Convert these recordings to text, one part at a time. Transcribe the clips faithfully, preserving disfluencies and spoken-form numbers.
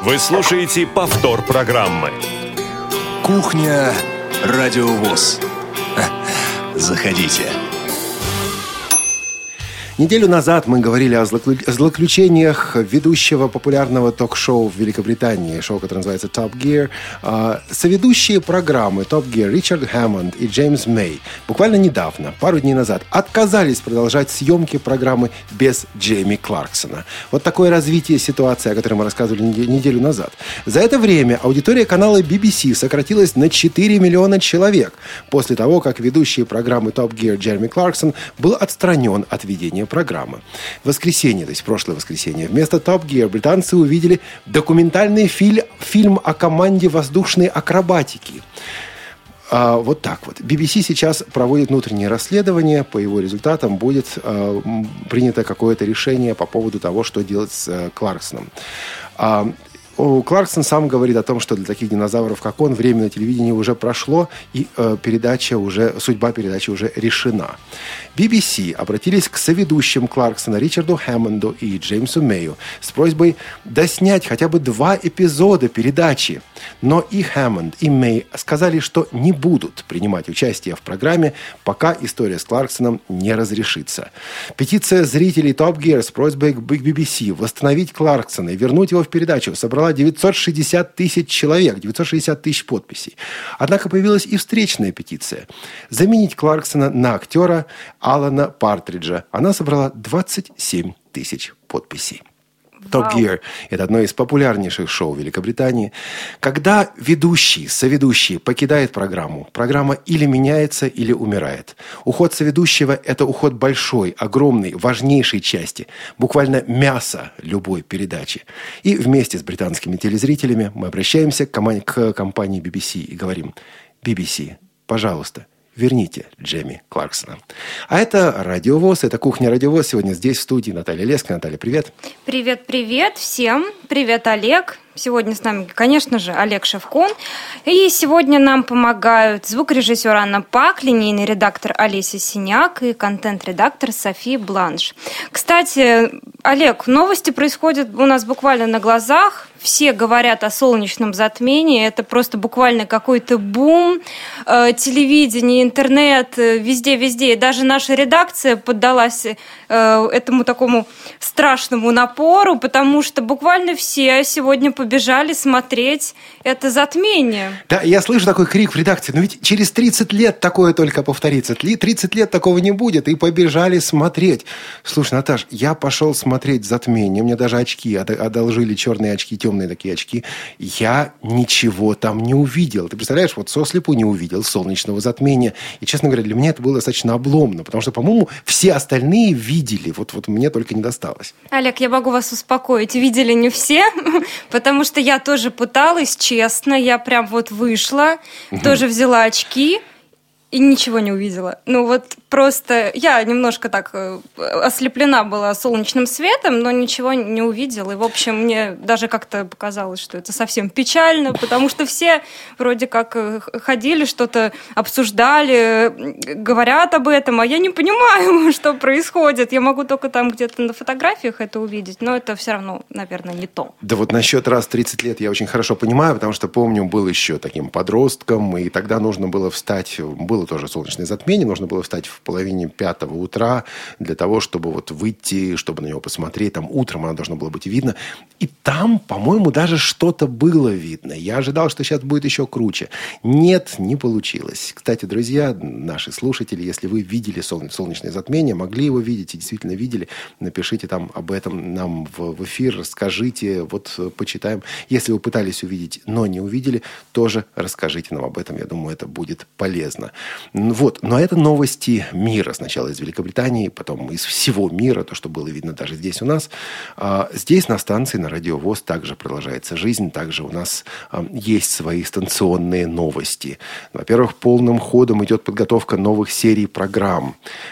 Вы слушаете повтор программы. Кухня Радиовоз. Заходите. Неделю назад мы говорили о злоключениях ведущего популярного ток-шоу в Великобритании, шоу, которое называется Top Gear. Соведущие программы Top Gear Ричард Хэммонд и Джеймс Мэй буквально недавно, пару дней назад, отказались продолжать съемки программы без Джейми Кларксона. Вот такое развитие ситуации, о которой мы рассказывали неделю назад. За это время аудитория канала би би си сократилась на четыре миллиона человек после того, как ведущий программы Top Gear Джереми Кларксон был отстранен от ведения программы. В воскресенье, то есть прошлое воскресенье, вместо Top Gear британцы увидели документальный фильм, фильм о команде воздушной акробатики. А, вот так вот. би би си сейчас проводит внутреннее расследование. По его результатам будет а, принято какое-то решение по поводу того, что делать с а, Кларксоном. А, Кларксон сам говорит о том, что для таких динозавров, как он, время на телевидении уже прошло, и э, передача уже, судьба передачи уже решена. би би си обратились к соведущим Кларксона Ричарду Хэммонду и Джеймсу Мэю с просьбой доснять хотя бы два эпизода передачи. Но и Хэммонд, и Мэй сказали, что не будут принимать участие в программе, пока история с Кларксоном не разрешится. Петиция зрителей Top Gear с просьбой к би би си восстановить Кларксона и вернуть его в передачу собрала девятьсот шестьдесят тысяч человек, девятьсот шестьдесят тысяч подписей. Однако появилась и встречная петиция. Заменить Кларксона на актера Алана Партриджа. Она собрала двадцать семь тысяч подписей. Top Gear – это одно из популярнейших шоу Великобритании. Когда ведущий, соведущий покидает программу, программа или меняется, или умирает. Уход соведущего – это уход большой, огромной, важнейшей части, буквально мяса любой передачи. И вместе с британскими телезрителями мы обращаемся к, коман- к компании би би си и говорим: би би си, пожалуйста, верните Джейми Кларксона. А это Радиовоз, это Кухня Радиовоз. Сегодня здесь в студии Наталья Леска. Наталья, привет. Привет, привет всем. Привет, Олег. Сегодня с нами, конечно же, Олег Шевкун. И сегодня нам помогают звукорежиссер Анна Пак, линейный редактор Олеся Синяк и контент-редактор София Бланш. Кстати, Олег, новости происходят у нас буквально на глазах. Все говорят о солнечном затмении. Это просто буквально какой-то бум. Э, телевидение, интернет, везде-везде. И даже наша редакция поддалась э, этому такому страшному напору, потому что буквально все сегодня побежали смотреть это затмение. Да, я слышу такой крик в редакции: но ведь через тридцать лет такое только повторится. тридцать лет такого не будет. И побежали смотреть. Слушай, Наташ, я пошел смотреть затмение. Мне даже очки одолжили, черные очки, темные такие очки. Я ничего там не увидел. Ты представляешь, вот сослепу не увидел солнечного затмения. И, честно говоря, для меня это было достаточно обломно. Потому что, по-моему, все остальные видели. Вот, вот мне только не досталось. Олег, я могу вас успокоить. Видели не все, потому что я тоже пыталась, честно. Я прям вот вышла, угу. тоже взяла очки и ничего не увидела. Ну вот просто я немножко так ослеплена была солнечным светом, но ничего не увидела. И, в общем, мне даже как-то показалось, что это совсем печально, потому что все вроде как ходили, что-то обсуждали, говорят об этом, а я не понимаю, что происходит. Я могу только там где-то на фотографиях это увидеть, но это все равно, наверное, не то. Да вот насчет раз в тридцать лет я очень хорошо понимаю, потому что помню, был еще таким подростком, и тогда нужно было встать, было тоже солнечное затмение, нужно было встать в половине пятого утра для того, чтобы вот выйти, чтобы на него посмотреть. Там утром оно должно было быть видно. И там, по-моему, даже что-то было видно. Я ожидал, что сейчас будет еще круче. Нет, не получилось. Кстати, друзья, наши слушатели, если вы видели солнечное затмение, могли его видеть и действительно видели, напишите там об этом нам в, в эфир, расскажите, вот почитаем. Если вы пытались увидеть, но не увидели, тоже расскажите нам об этом. Я думаю, это будет полезно. Вот. Но это новости мира. Сначала из Великобритании, потом из всего мира, то, что было видно даже здесь у нас. Здесь на станции, на Радиовоз также продолжается жизнь, также у нас есть свои станционные новости. Во-первых, полным ходом идет подготовка новых серий программ.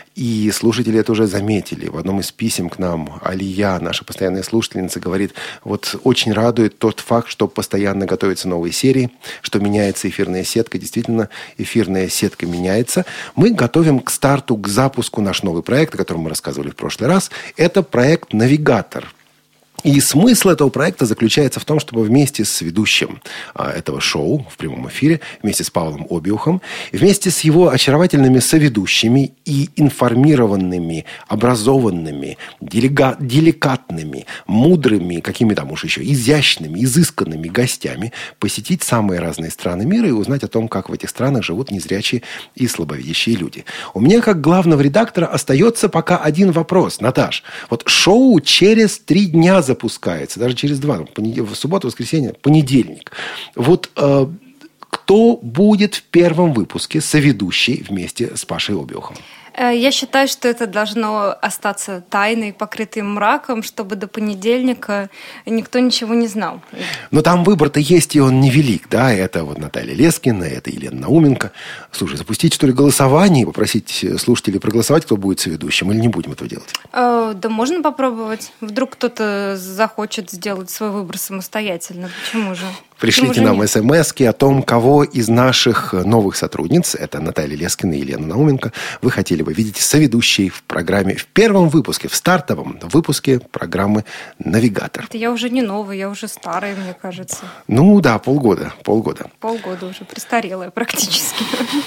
И слушатели это уже заметили. В одном из писем к нам Алия, наша постоянная слушательница, говорит: вот очень радует тот факт, что постоянно готовятся новые серии, что меняется эфирная сетка. Действительно, эфирная сетка меняется. Мы готовим к старту, к запуску наш новый проект, о котором мы рассказывали в прошлый раз. Это проект «Навигатор». И смысл этого проекта заключается в том, чтобы вместе с ведущим а, этого шоу в прямом эфире, вместе с Павлом Обиухом, вместе с его очаровательными соведущими и информированными, образованными, делега- деликатными, мудрыми, какими там уж еще, изящными, изысканными гостями посетить самые разные страны мира и узнать о том, как в этих странах живут незрячие и слабовидящие люди. У меня, как главного редактора, остается пока один вопрос. Наташ, вот шоу через три дня запускается, даже через два, в субботу, воскресенье, понедельник. Вот э, кто будет в первом выпуске соведущий вместе с Пашей Обиухом? Я считаю, что это должно остаться тайной, покрытым мраком, чтобы до понедельника никто ничего не знал. Но там выбор-то есть, и он невелик, да? Это вот Наталья Лескина, это Елена Науменко. Слушай, запустить, что ли, голосование и попросить слушателей проголосовать, кто будет соведущим, или не будем этого делать? Э, да можно попробовать. Вдруг кто-то захочет сделать свой выбор самостоятельно. Почему же? Пришлите нам смски о том, кого из наших новых сотрудниц, это Наталья Лескина и Елена Науменко, вы хотели бы видеть соведущей в программе, в первом выпуске, в стартовом выпуске программы «Навигатор». Это я уже не новая, я уже старая, мне кажется. Ну да, полгода, полгода. Полгода уже, престарелая практически.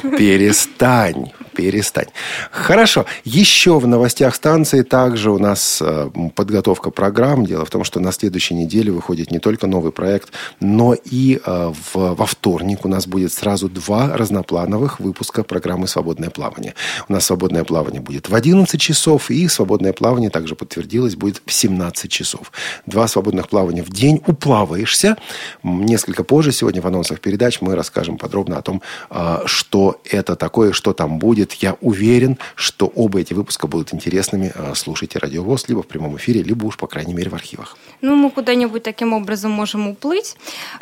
Перестань, перестань. Хорошо. Еще в новостях станции также у нас подготовка программ. Дело в том, что на следующей неделе выходит не только новый проект, но и э, в, во вторник у нас будет сразу два разноплановых выпуска программы «Свободное плавание». У нас «Свободное плавание» будет в одиннадцать часов, и «Свободное плавание» также подтвердилось, будет в семнадцать часов. Два свободных плавания в день. Уплаваешься. Несколько позже, сегодня в анонсах передач, мы расскажем подробно о том, э, что это такое, что там будет. Я уверен, что оба эти выпуска будут интересными. Э, слушайте «Радио ВОС» либо в прямом эфире, либо уж, по крайней мере, в архивах. Ну, мы куда-нибудь таким образом можем уплыть.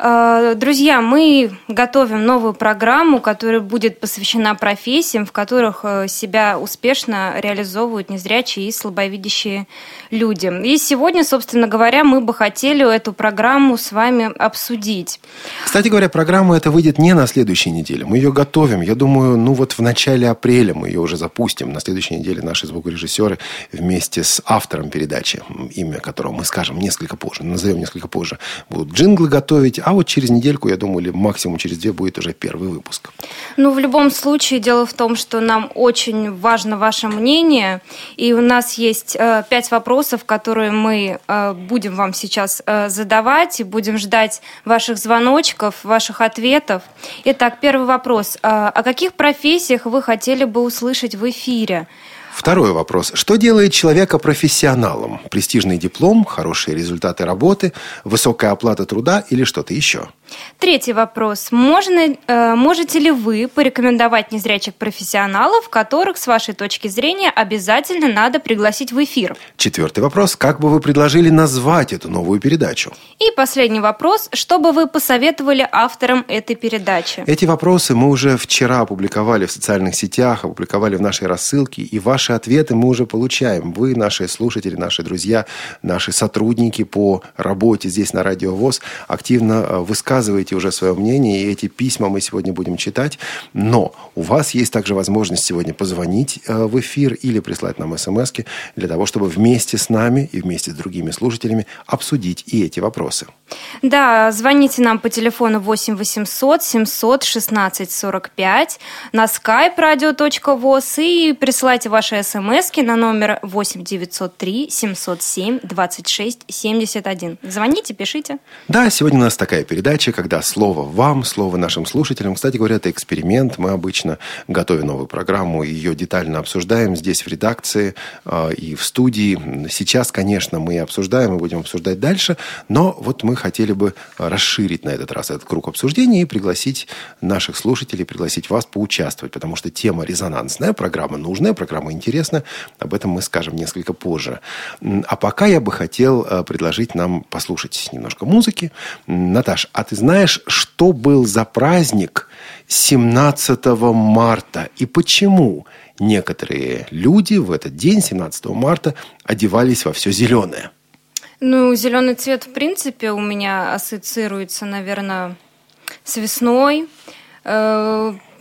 Друзья, мы готовим новую программу, которая будет посвящена профессиям, в которых себя успешно реализовывают незрячие и слабовидящие люди. И сегодня, собственно говоря, мы бы хотели эту программу с вами обсудить. Кстати говоря, программа эта выйдет не на следующей неделе. Мы ее готовим. Я думаю, ну вот в начале апреля мы ее уже запустим. На следующей неделе наши звукорежиссеры вместе с автором передачи, имя которого мы скажем несколько позже, назовем несколько позже, будут джинглы готовить, а вот через недельку, я думаю, или максимум через две будет уже первый выпуск. Ну, в любом случае, дело в том, что нам очень важно ваше мнение, и у нас есть э, пять вопросов, которые мы э, будем вам сейчас э, задавать, и будем ждать ваших звоночков, ваших ответов. Итак, первый вопрос. Э, о каких профессиях вы хотели бы услышать в эфире? Второй вопрос. Что делает человека профессионалом? Престижный диплом, хорошие результаты работы, высокая оплата труда или что-то еще? Третий вопрос. Можно, э, можете ли вы порекомендовать незрячих профессионалов, которых, с вашей точки зрения, обязательно надо пригласить в эфир? Четвертый вопрос. Как бы вы предложили назвать эту новую передачу? И последний вопрос. Что бы вы посоветовали авторам этой передачи? Эти вопросы мы уже вчера опубликовали в социальных сетях, опубликовали в нашей рассылке, и ваши ответы мы уже получаем. Вы, наши слушатели, наши друзья, наши сотрудники по работе здесь на Радио ВОС активно высказываете уже свое мнение, и эти письма мы сегодня будем читать. Но у вас есть также возможность сегодня позвонить в эфир или прислать нам смски для того, чтобы вместе с нами и вместе с другими слушателями обсудить и эти вопросы. Да, звоните нам по телефону восемь восемьсот семьсот шестнадцать сорок пять, на skype radio точка voz и присылайте ваши смски на номер восемь девятьсот три семьсот семь двадцать шесть семьдесят один. Звоните, пишите. Да, сегодня у нас такая передача, когда слово вам, слово нашим слушателям. Кстати говоря, это эксперимент. Мы обычно, готовя новую программу, ее детально обсуждаем здесь в редакции э, и в студии. Сейчас, конечно, мы обсуждаем и будем обсуждать дальше, но вот мы хотели бы расширить на этот раз этот круг обсуждения и пригласить наших слушателей, пригласить вас поучаствовать, потому что тема резонансная, программа нужная, программа интересная. Об этом мы скажем несколько позже. А пока я бы хотел предложить нам послушать немножко музыки. Наташ, а ты знаешь, что был за праздник семнадцатого марта и почему некоторые люди в этот день, семнадцатого марта, одевались во все зеленое? Ну, зеленый цвет, в принципе, у меня ассоциируется, наверное, с весной.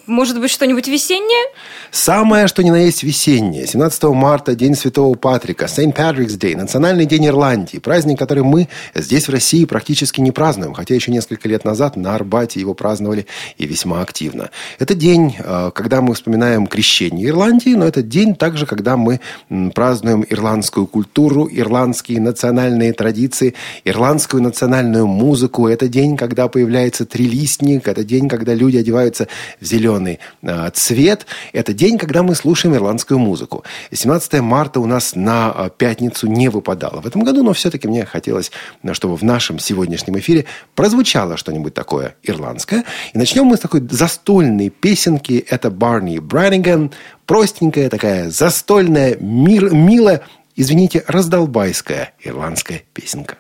может быть, что-нибудь весеннее? Самое, что ни на есть весеннее. семнадцатого марта, День Святого Патрика, Saint Patrick's Day, Национальный день Ирландии. Праздник, который мы здесь, в России, практически не празднуем. Хотя еще несколько лет назад на Арбате его праздновали и весьма активно. Это день, когда мы вспоминаем крещение Ирландии, но это день также, когда мы празднуем ирландскую культуру, ирландские национальные традиции, ирландскую национальную музыку. Это день, когда появляется трилистник. Это день, когда люди одеваются в зеленый э, цвет. Это день, когда мы слушаем ирландскую музыку. семнадцатого марта у нас на пятницу не выпадало в этом году, но все-таки мне хотелось, чтобы в нашем сегодняшнем эфире прозвучало что-нибудь такое ирландское. И начнем мы с такой застольной песенки. Это Барни Браниган. Простенькая такая застольная, мир, милая, извините, раздолбайская ирландская песенка.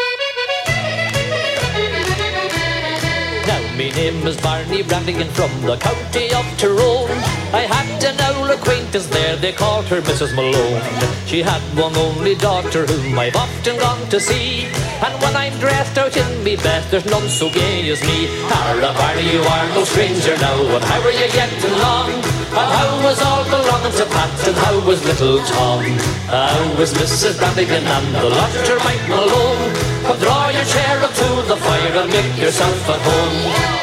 My name is Barney Brannigan from the county of Tyrone. I had an old acquaintance there, they called her Missus Malone. She had one only daughter whom I've often gone to see. And when I'm dressed out in me best, there's none so gay as me. Arla Barney, you are no stranger now, and how are you getting along? And how was all belonging to Pat, and how was little Tom? How was Missus Brannigan and the lodger Mike Malone? Come draw your chair up to the fire and make yourself at home.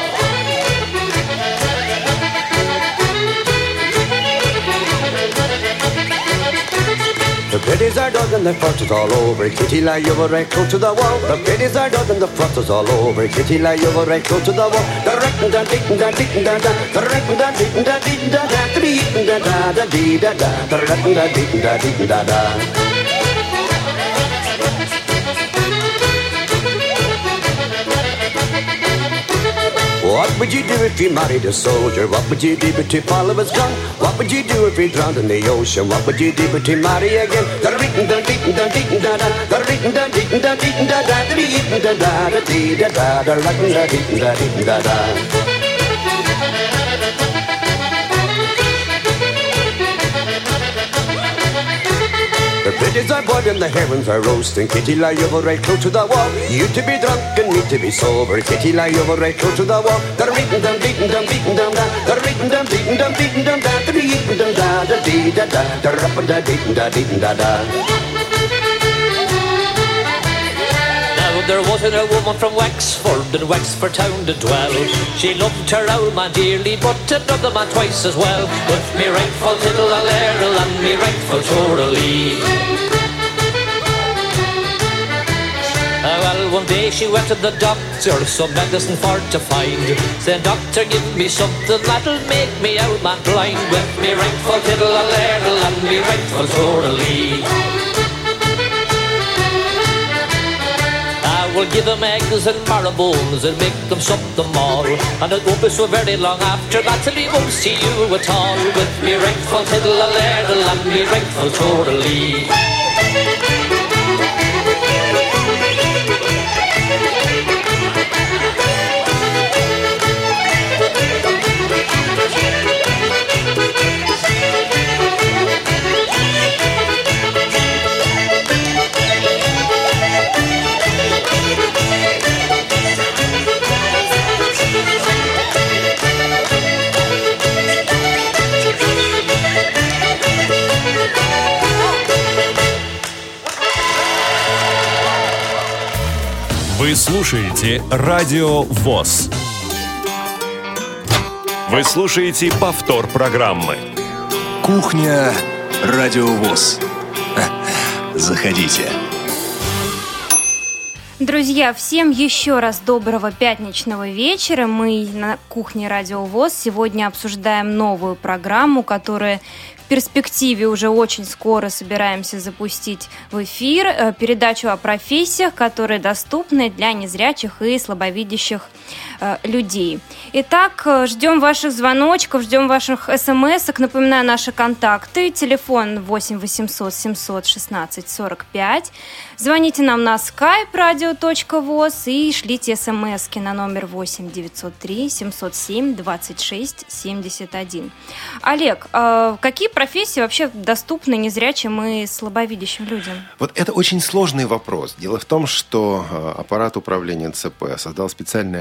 The biddies are dug and the front is all over. Kitty lie over right close to the wall. The biddies are dug and the front is all over. Kitty lie over right close to the wall. The wrecking da dee da dee da da. The wrecking da dee da dee da da. The dee da da da dee da da. The wrecking da dee da dee da da. What would you do if you married a soldier? What would you do if you follow his gun? What would you do if you drowned in the ocean? What would you do if you marry again? The reetin' da deetin' da deetin' da da. The reetin' da deetin' da deetin' da da. The reetin' da da da dee da da. The reetin' da deetin' da deetin' da da. The biddies are boiling, the herons are roasting. Kitty lie over right close to the wall. You to be drunk and me to be sober. Kitty lie over right close to the wall. They're eating them, beating them, beating them down. They're eating them, beating them, beating them down. They're eating them, da da dee da da. They're up and da beating da beating da da. There wasn't a woman from Wexford in Wexford town to dwell. She loved her old man dearly, but another man twice as well. With me rightful tittle a lairl and me rightful chorley. Uh, well, one day she went to the doctor, some medicine for to find. Said, doctor, give me something that'll make me old man blind. With me rightful tittle a lairl and me rightful chorley. We'll give them eggs and marrow-bones and make them sup them all. And it won't be so very long after that till he won't see you at all. With me rightful tiddle a lairl and me rightful chorley. Вы слушаете Радио ВОС. Вы слушаете повтор программы. Кухня Радио ВОС. Заходите. Друзья, всем еще раз доброго пятничного вечера. Мы на кухне Радио ВОС сегодня обсуждаем новую программу, которая в перспективе уже очень скоро собираемся запустить в эфир. Передачу о профессиях, которые доступны для незрячих и слабовидящих людей. Итак, ждем ваших звоночков, ждем ваших смс-ок. Напоминаю, наши контакты. Телефон восемь восемьсот семьсот шестнадцать сорок пять. Звоните нам на skype radio.voz и шлите смс-ки на номер восемь девятьсот три семьсот семь двадцать шесть семьдесят один. Олег, какие профессии вообще доступны незрячим и слабовидящим людям? Вот это очень сложный вопрос. Дело в том, что аппарат управления ЦП создал специальный отдел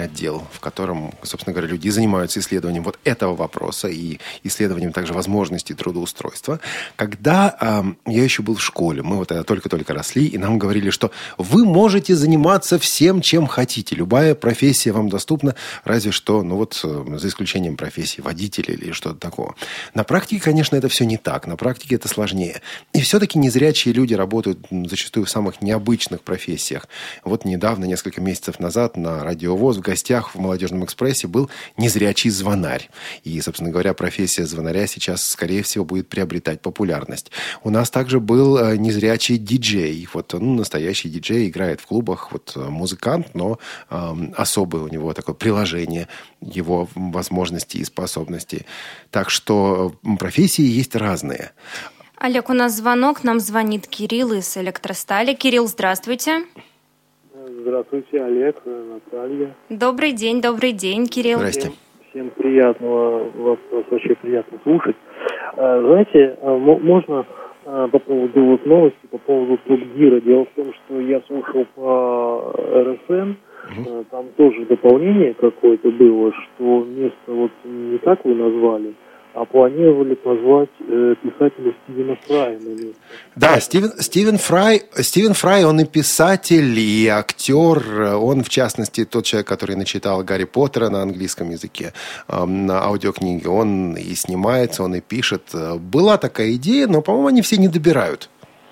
в котором, собственно говоря, люди занимаются исследованием вот этого вопроса и исследованием также возможностей трудоустройства. Когда э, я еще был в школе, мы вот только-только росли, и нам говорили, что вы можете заниматься всем, чем хотите. Любая профессия вам доступна, разве что, ну вот, за исключением профессии водителя или что-то такого. На практике, конечно, это все не так. На практике это сложнее. И все-таки незрячие люди работают зачастую в самых необычных профессиях. Вот недавно, несколько месяцев назад, на Радио ВОС в гостях в «Молодежном экспрессе» был незрячий звонарь. И, собственно говоря, профессия звонаря сейчас, скорее всего, будет приобретать популярность. У нас также был незрячий диджей. Вот, ну, настоящий диджей, играет в клубах. Вот музыкант, но э, особое у него такое приложение его возможностей и способностей. Так что профессии есть разные. Олег, у нас звонок. Нам звонит Кирилл из Электростали. Кирилл, здравствуйте. Здравствуйте, Олег, Наталья. Добрый день, добрый день, Кирилл. Здрасте. Всем, всем приятного, вас, вас очень приятно слушать. Знаете, можно по поводу вот новости, по поводу Топ-Гира. Дело в том, что я слушал по эр эс эн, угу. Там тоже дополнение какое-то было, что место вот не так вы назвали, а планировали позвать э, писателя Стивена Фрая на место. Да, Стивен, Стивен Фрай, Стивен Фрай, он и писатель, и актер. Он, в частности, тот человек, который начитал Гарри Поттера на английском языке, э, на аудиокниге. Он и снимается, он и пишет. Была такая идея, но, по-моему, они все не добирают.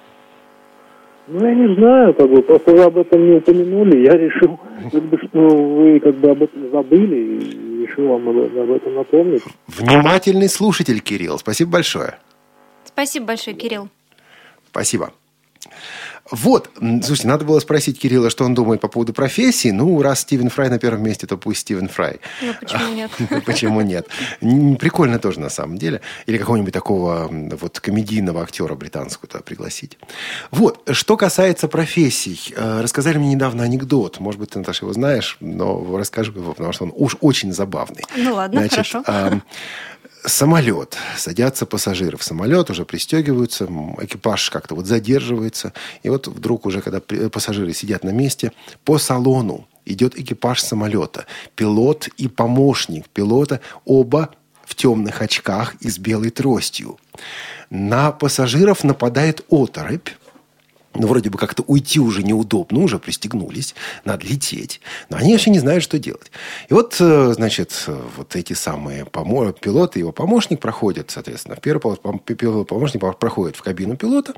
Ну, я не знаю, как бы, просто вы об этом не упомянули. Я решил, как бы, что вы как бы об этом забыли, и решил вам об, об этом напомнить. Внимательный слушатель, Кирилл. Спасибо большое. Спасибо большое, Кирилл. Спасибо. Вот, слушайте, надо было спросить Кирилла, что он думает по поводу профессии. Ну, раз Стивен Фрай на первом месте, то пусть Стивен Фрай. Ну, почему нет? Почему нет? Прикольно тоже, на самом деле. Или какого-нибудь такого вот комедийного актера британского туда пригласить. Вот, что касается профессий. Рассказали мне недавно анекдот. Может быть, ты, Наташа, его знаешь, но расскажу его, потому что он уж очень забавный. Ну, ладно, Значит, хорошо. Самолет. Садятся пассажиры в самолет, уже пристегиваются, экипаж как-то вот задерживается. И вот вдруг уже, когда пассажиры сидят на месте, по салону идет экипаж самолета. Пилот и помощник пилота, оба в темных очках и с белой тростью. На пассажиров нападает оторопь. Ну, вроде бы как-то уйти уже неудобно, уже пристегнулись, надо лететь. Но они вообще не знают, что делать. И вот, значит, вот эти самые помо- пилот и его помощник проходят, соответственно, первый помощник проходит в кабину пилота,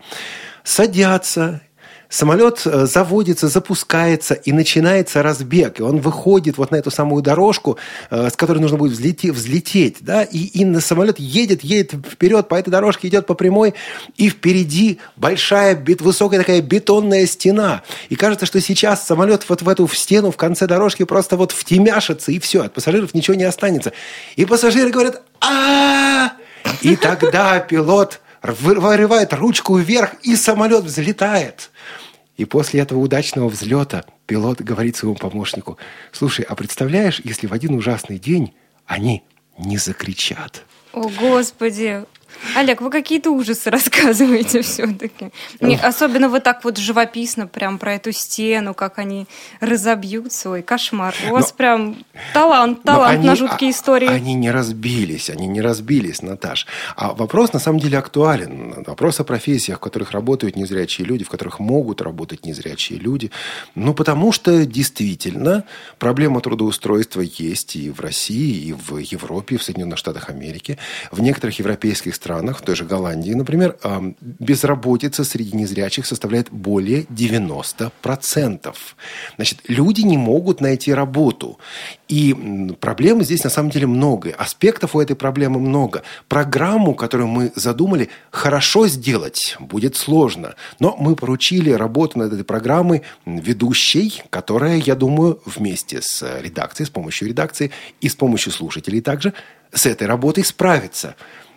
садятся. Самолет заводится, запускается, и начинается разбег. И он выходит вот на эту самую дорожку, с которой нужно будет взлететь, взлететь да? и, и на самолет едет, едет вперед, по этой дорожке идет по прямой, и впереди большая, высокая такая бетонная стена. И кажется, что сейчас самолет вот в эту в стену в конце дорожки просто вот втемяшится, и все, от пассажиров ничего не останется. И пассажиры говорят «А-а-а!» И тогда пилот вырывает ручку вверх, и самолет взлетает. И после этого удачного взлета пилот говорит своему помощнику: слушай, а представляешь, если в один ужасный день они не закричат? О, Господи! Олег, вы какие-то ужасы рассказываете все-таки. Мне, особенно вы так вот живописно прям про эту стену, как они разобьются. Ой, кошмар. У вас но, прям талант, талант они, на жуткие истории. Они не разбились, они не разбились, Наташ. А вопрос на самом деле актуален. Вопрос о профессиях, в которых работают незрячие люди, в которых могут работать незрячие люди. Ну, потому что действительно проблема трудоустройства есть и в России, и в Европе, и в Соединенных Штатах Америки. В некоторых европейских странах странах, в той же Голландии, например, безработица среди незрячих составляет более девяносто процентов. Значит, люди не могут найти работу. И проблем здесь на самом деле много. Аспектов у этой проблемы много. Программу, которую мы задумали, хорошо сделать будет сложно. Но мы поручили работу над этой программой ведущей, которая, я думаю, вместе с редакцией, с помощью редакции и с помощью слушателей также с этой работой справится.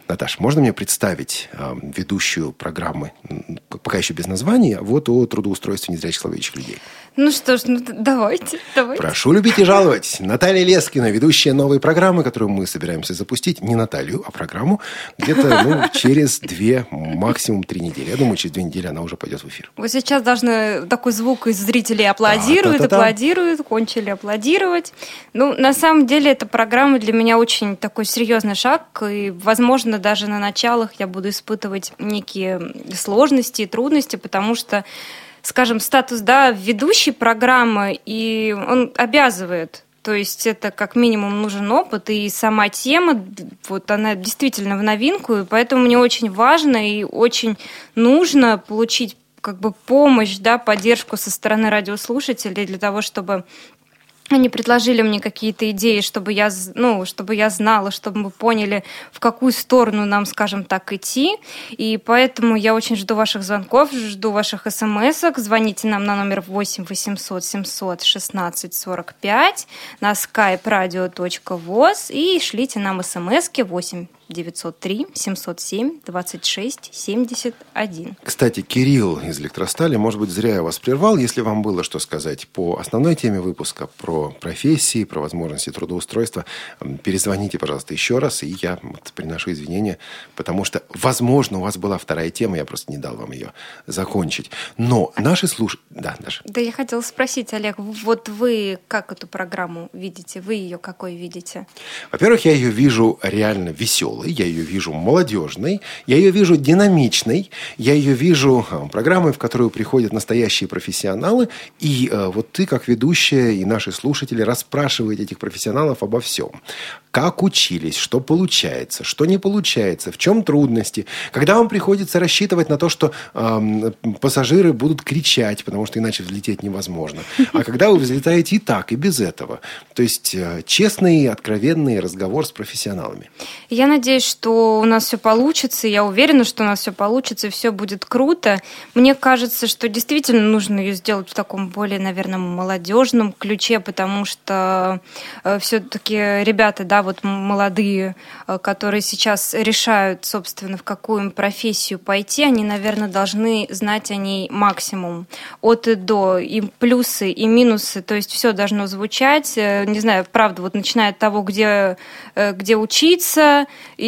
Наташ, можно мне представить э, ведущую программы, пока еще без названия, вот о трудоустройстве незрячих слабовидящих людей? Ну что ж, ну давайте, давайте. Прошу любить и жаловать. Наталья Лескина, ведущая новой программы, которую мы собираемся запустить. Не Наталью, а программу где-то ну, через две, максимум три недели. Я думаю, через две недели она уже пойдет в эфир. Вот сейчас должны такой звук из зрителей аплодируют, Да, да, да, да. аплодируют, кончили аплодировать. Ну, на самом деле, эта программа для меня очень такой серьезный шаг, и, возможно, даже на началах я буду испытывать некие сложности и трудности, потому что, скажем, статус, да, ведущей программы, и он обязывает. То есть это как минимум нужен опыт, и сама тема, вот она действительно в новинку, и поэтому мне очень важно и очень нужно получить как бы помощь, да, поддержку со стороны радиослушателей для того, чтобы они предложили мне какие-то идеи, чтобы я, ну, чтобы я знала, чтобы мы поняли, в какую сторону нам, скажем так, идти. И поэтому я очень жду ваших звонков, жду ваших смс-ок. Звоните нам на номер восемь восемьсот семьсот шестнадцать сорок пять на skype radio точка voz и шлите нам смс-ки восемь девятьсот три семьсот семь двадцать шесть семьдесят один. Кстати, Кирилл из Электростали, может быть, зря я вас прервал. Если вам было что сказать по основной теме выпуска, про профессии, про возможности трудоустройства, перезвоните, пожалуйста, еще раз, и я вот приношу извинения, потому что, возможно, у вас была вторая тема, я просто не дал вам ее закончить. Но наши слушатели... Да, Даша. Да, я хотела спросить, Олег, вот вы как эту программу видите? Вы ее какой видите? Во-первых, я ее вижу реально веселой. Я ее вижу молодежной, я ее вижу динамичной, я ее вижу э, программой, в которую приходят настоящие профессионалы, и э, вот ты, как ведущая, и наши слушатели расспрашиваете этих профессионалов обо всем. Как учились, что получается, что не получается, в чем трудности, когда вам приходится рассчитывать на то, что э, пассажиры будут кричать, потому что иначе взлететь невозможно, а когда вы взлетаете и так, и без этого. То есть э, честный, откровенный разговор с профессионалами. Я надеюсь, что у нас все получится. Я уверена, что у нас все получится, и все будет круто. Мне кажется, что действительно нужно ее сделать в таком более, наверное, молодежном ключе, потому что э, все-таки ребята, да, вот молодые, э, которые сейчас решают, собственно, в какую им профессию пойти, они, наверное, должны знать о ней максимум. От и до. И плюсы, и минусы. То есть все должно звучать. Э, не знаю, правда, вот начиная от того, где, э, где учиться,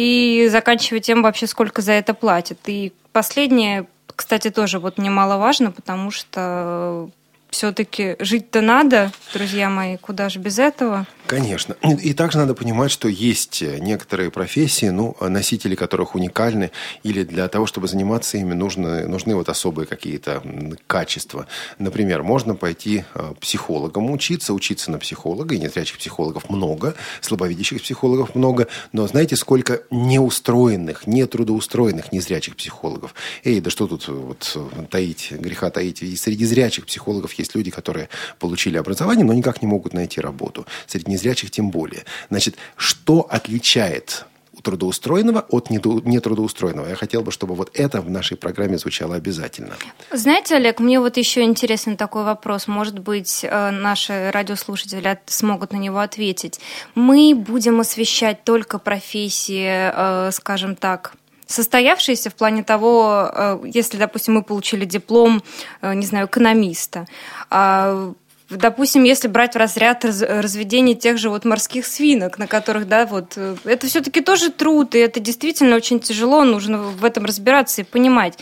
и заканчивая тем вообще, сколько за это платят. И последнее, кстати, тоже вот немаловажно, потому что все-таки жить-то надо, друзья мои, куда же без этого? Конечно. И также надо понимать, что есть некоторые профессии, ну, носители которых уникальны, или для того, чтобы заниматься ими, нужны, нужны вот особые какие-то качества. Например, можно пойти психологом учиться, учиться на психолога, и незрячих психологов много, слабовидящих психологов много, но знаете, сколько неустроенных, нетрудоустроенных незрячих психологов? Эй, да что тут вот таить, греха таить? И среди зрячих психологов есть люди, которые получили образование, но никак не могут найти работу. Среди незрячих тем более. Значит, что отличает трудоустроенного от нетрудоустроенного? Я хотел бы, чтобы вот это в нашей программе звучало обязательно. Знаете, Олег, мне вот еще интересен такой вопрос. Может быть, наши радиослушатели смогут на него ответить. Мы будем освещать только профессии, скажем так, состоявшиеся в плане того, если, допустим, мы получили диплом, не знаю, экономиста, допустим, если брать в разряд разведения тех же вот морских свинок, на которых, да, вот, это все-таки тоже труд, и это действительно очень тяжело, нужно в этом разбираться и понимать.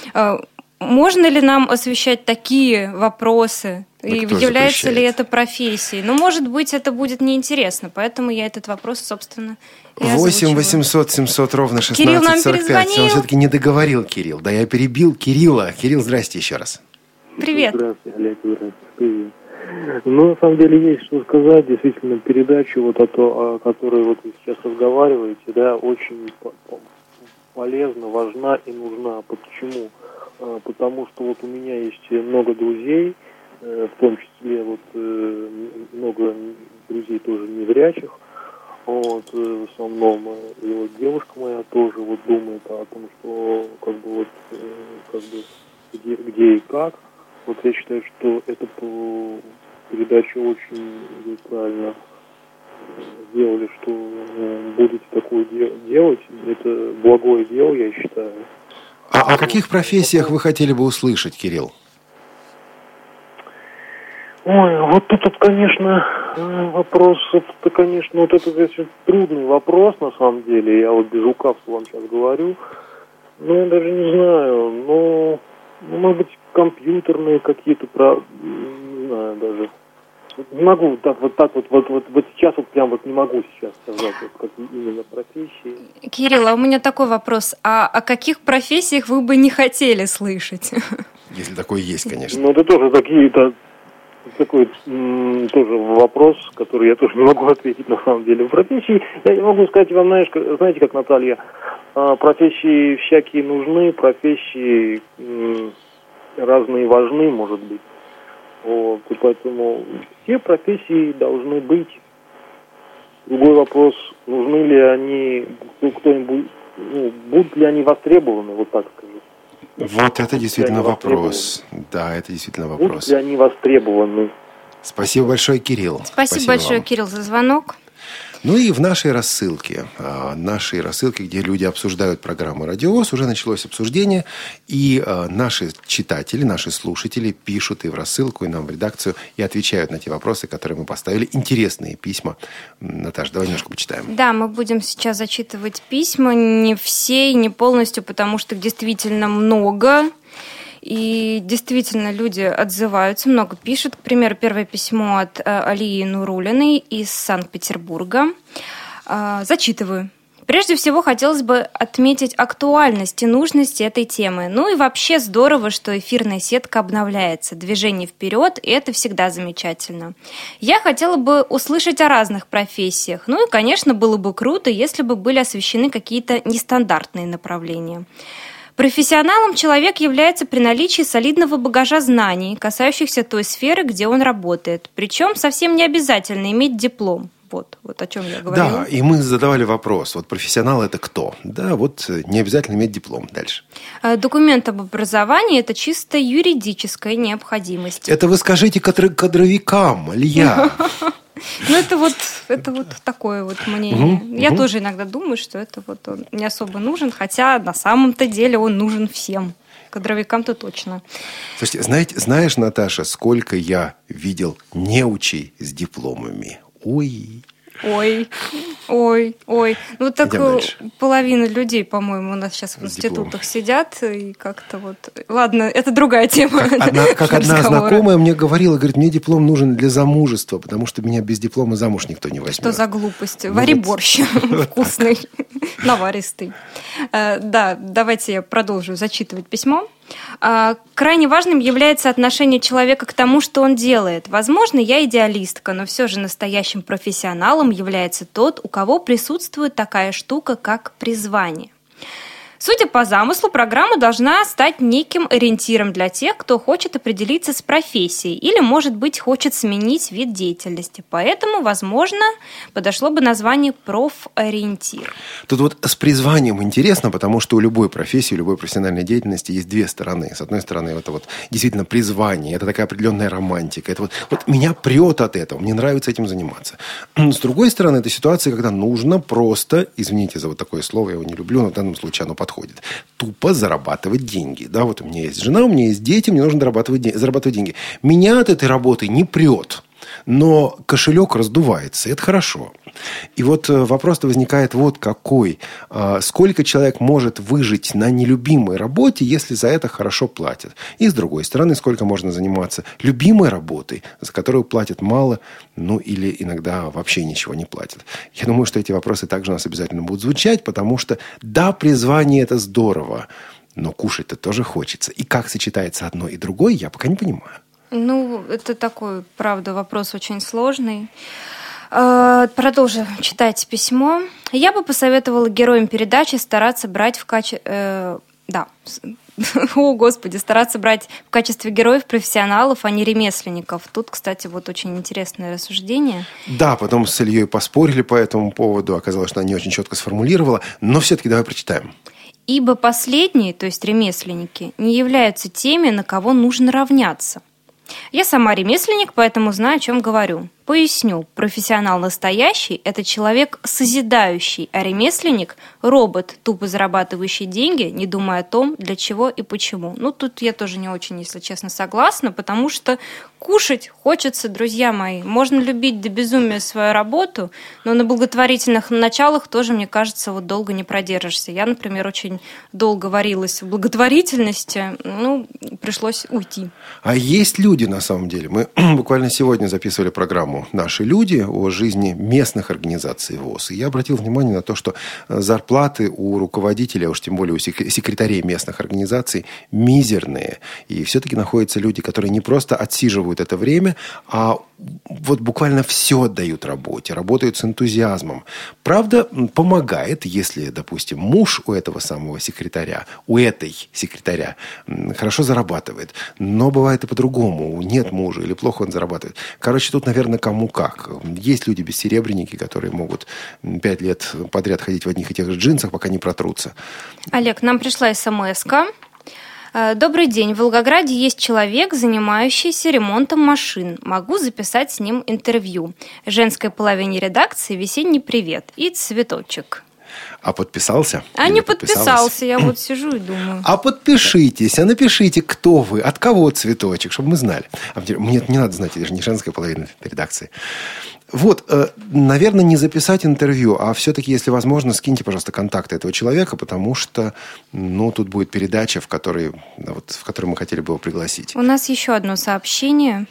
Можно ли нам освещать такие вопросы? Да, и является ли это профессией? Ну, может быть, это будет неинтересно, поэтому я этот вопрос, собственно, и озвучиваю. восемь восемьсот семьсот ровно шестнадцать сорок пять. Он все-таки не договорил, Кирилл. Да, я перебил Кирилла. Кирилл, здрасте еще раз. Привет. Здравствуйте, Олег, здравствуйте. Привет. Ну, на самом деле, есть что сказать. Действительно, передача, вот о, то, о которой вот вы сейчас разговариваете, да, очень полезна, важна и нужна. Почему? Потому что вот у меня есть много друзей, в том числе вот много друзей тоже незрячих. Вот, в основном и вот девушка моя тоже вот думает о том, что как бы вот как бы где, где и как. Вот я считаю, что эта передача очень правильно сделали, что э, будете такое де- делать. Это благое дело, я считаю. А о каких профессиях вы хотели бы услышать, Кирилл? Ой, вот тут, вот, конечно, вопрос, это, конечно, вот это очень трудный вопрос, на самом деле. Я вот без лукавства вам сейчас говорю. Ну, я даже не знаю, но, ну, может быть, компьютерные какие-то, про, не знаю даже. Не могу так вот так вот, вот, вот, вот сейчас вот прям вот не могу сейчас сказать, вот, какие именно профессии. Кирилл, а у меня такой вопрос. А о каких профессиях вы бы не хотели слышать? Если такое есть, конечно. Ну, это тоже такие-то... Такой м, тоже вопрос, который я тоже не могу ответить на самом деле. В профессии, я могу сказать вам, знаешь, знаете, как Наталья, профессии всякие нужны, профессии м, разные важны, может быть. Вот, и поэтому все профессии должны быть. Другой вопрос, нужны ли они, кто-нибудь, ну, будут ли они востребованы, вот так скажу. Вот это действительно вопрос. Да, это действительно вопрос. Будут ли они востребованы? Спасибо большое, Кирилл. Спасибо, Спасибо большое, вам. Кирилл, за звонок. Ну и в нашей рассылке, нашей рассылке, где люди обсуждают программы «Радио ВОС», уже началось обсуждение, и наши читатели, наши слушатели пишут и в рассылку, и нам в редакцию, и отвечают на те вопросы, которые мы поставили. Интересные письма. Наташа, давай немножко почитаем. Да, мы будем сейчас зачитывать письма, не все и не полностью, потому что их действительно много. И действительно люди отзываются, много пишут. К примеру, первое письмо от Алии Нурулиной из Санкт-Петербурга. Зачитываю. Прежде всего, хотелось бы отметить актуальность и нужность этой темы. Ну и вообще здорово, что эфирная сетка обновляется. Движение вперед, и это всегда замечательно. Я хотела бы услышать о разных профессиях. Ну и, конечно, было бы круто, если бы были освещены какие-то нестандартные направления. Профессионалом человек является при наличии солидного багажа знаний, касающихся той сферы, где он работает. Причем совсем не обязательно иметь диплом. Вот, вот о чем я говорю. Да, и мы задавали вопрос, вот профессионал это кто? Да, вот не обязательно иметь диплом. Дальше. Документ об образовании – это чисто юридическая необходимость. Это вы скажите кадр- кадровикам, Илья. Ну, это вот, это вот такое вот мнение. Угу, Я угу. тоже иногда думаю, что это вот он не особо нужен, хотя на самом-то деле он нужен всем. Кадровикам-то точно. Слушайте, знаете, знаешь, Наташа, сколько я видел неучей с дипломами? Ой... Ой, ой, ой. Ну, так половина людей, по-моему, у нас сейчас в институтах диплом. Сидят, и как-то вот... Ладно, это другая тема. Как одна, как одна знакомая мне говорила, говорит, мне диплом нужен для замужества, потому что меня без диплома замуж никто не возьмет. Что за глупость? Ну, Вари вот. борщ вкусный, наваристый. Да, давайте я продолжу зачитывать письмо. Крайне важным является отношение человека к тому, что он делает. Возможно, я идеалистка, но все же настоящим профессионалом является тот, у кого присутствует такая штука, как призвание. Судя по замыслу, программа должна стать неким ориентиром для тех, кто хочет определиться с профессией или, может быть, хочет сменить вид деятельности. Поэтому, возможно, подошло бы название профориентир. Тут вот с призванием интересно, потому что у любой профессии, у любой профессиональной деятельности есть две стороны. С одной стороны, это вот действительно призвание, это такая определенная романтика. Это вот, вот меня прет от этого, мне нравится этим заниматься. С другой стороны, это ситуация, когда нужно просто, извините за вот такое слово, я его не люблю, но в данном случае оно подходит. Тупо зарабатывать деньги. Да, вот у меня есть жена, у меня есть дети, мне нужно зарабатывать, де- зарабатывать деньги. Меня от этой работы не прет, но кошелек раздувается. Это хорошо. И вот вопрос-то возникает вот какой. Сколько человек может выжить на нелюбимой работе, если за это хорошо платят? И с другой стороны, сколько можно заниматься любимой работой, за которую платят мало, ну или иногда вообще ничего не платят? Я думаю, что эти вопросы также у нас обязательно будут звучать, потому что да, призвание – это здорово, но кушать-то тоже хочется. И как сочетается одно и другое, я пока не понимаю. Ну, это такой, правда, вопрос очень сложный. Продолжу читать письмо. Я бы посоветовала героям передачи стараться брать в качестве... Э, да. О, Господи, стараться брать в качестве героев профессионалов, а не ремесленников. Тут, кстати, вот очень интересное рассуждение. Да, потом с Ильей поспорили по этому поводу. Оказалось, что она не очень четко сформулировала. Но все-таки давай прочитаем. Ибо последние, то есть ремесленники, не являются теми, на кого нужно равняться. Я сама ремесленник, поэтому знаю, о чем говорю. Поясню. Профессионал настоящий – это человек созидающий, а ремесленник – робот, тупо зарабатывающий деньги, не думая о том, для чего и почему. Ну, тут я тоже не очень, если честно, согласна, потому что кушать хочется, друзья мои. Можно любить до безумия свою работу, но на благотворительных началах тоже, мне кажется, вот долго не продержишься. Я, например, очень долго варилась в благотворительности, ну, пришлось уйти. А есть люди, на самом деле. Мы буквально сегодня записывали программу «Наши люди» о жизни местных организаций ВОС. И я обратил внимание на то, что зарплаты у руководителей, а уж тем более у секретарей местных организаций, мизерные. И все-таки находятся люди, которые не просто отсиживают это время, а вот буквально все отдают работе, работают с энтузиазмом. Правда, помогает, если, допустим, муж у этого самого секретаря, у этой секретаря хорошо зарабатывает. Но бывает и по-другому. Нет мужа или плохо он зарабатывает. Короче, тут, наверное, кому как. Есть люди-бессеребренники, которые могут пять лет подряд ходить в одних и тех же джинсах, пока не протрутся. Олег, нам пришла смс-ка. Добрый день. В Волгограде есть человек, занимающийся ремонтом машин. Могу записать с ним интервью. Женской половине редакции весенний привет. И цветочек. А подписался? А не подписался. Я вот сижу и думаю. А подпишитесь, а напишите, кто вы, от кого цветочек, чтобы мы знали. А мне не надо знать, это же не женская половина редакции. Вот, наверное, не записать интервью, а все-таки, если возможно, скиньте, пожалуйста, контакты этого человека, потому что, ну, тут будет передача, в которой, вот, в которой мы хотели бы его пригласить. У нас еще одно сообщение.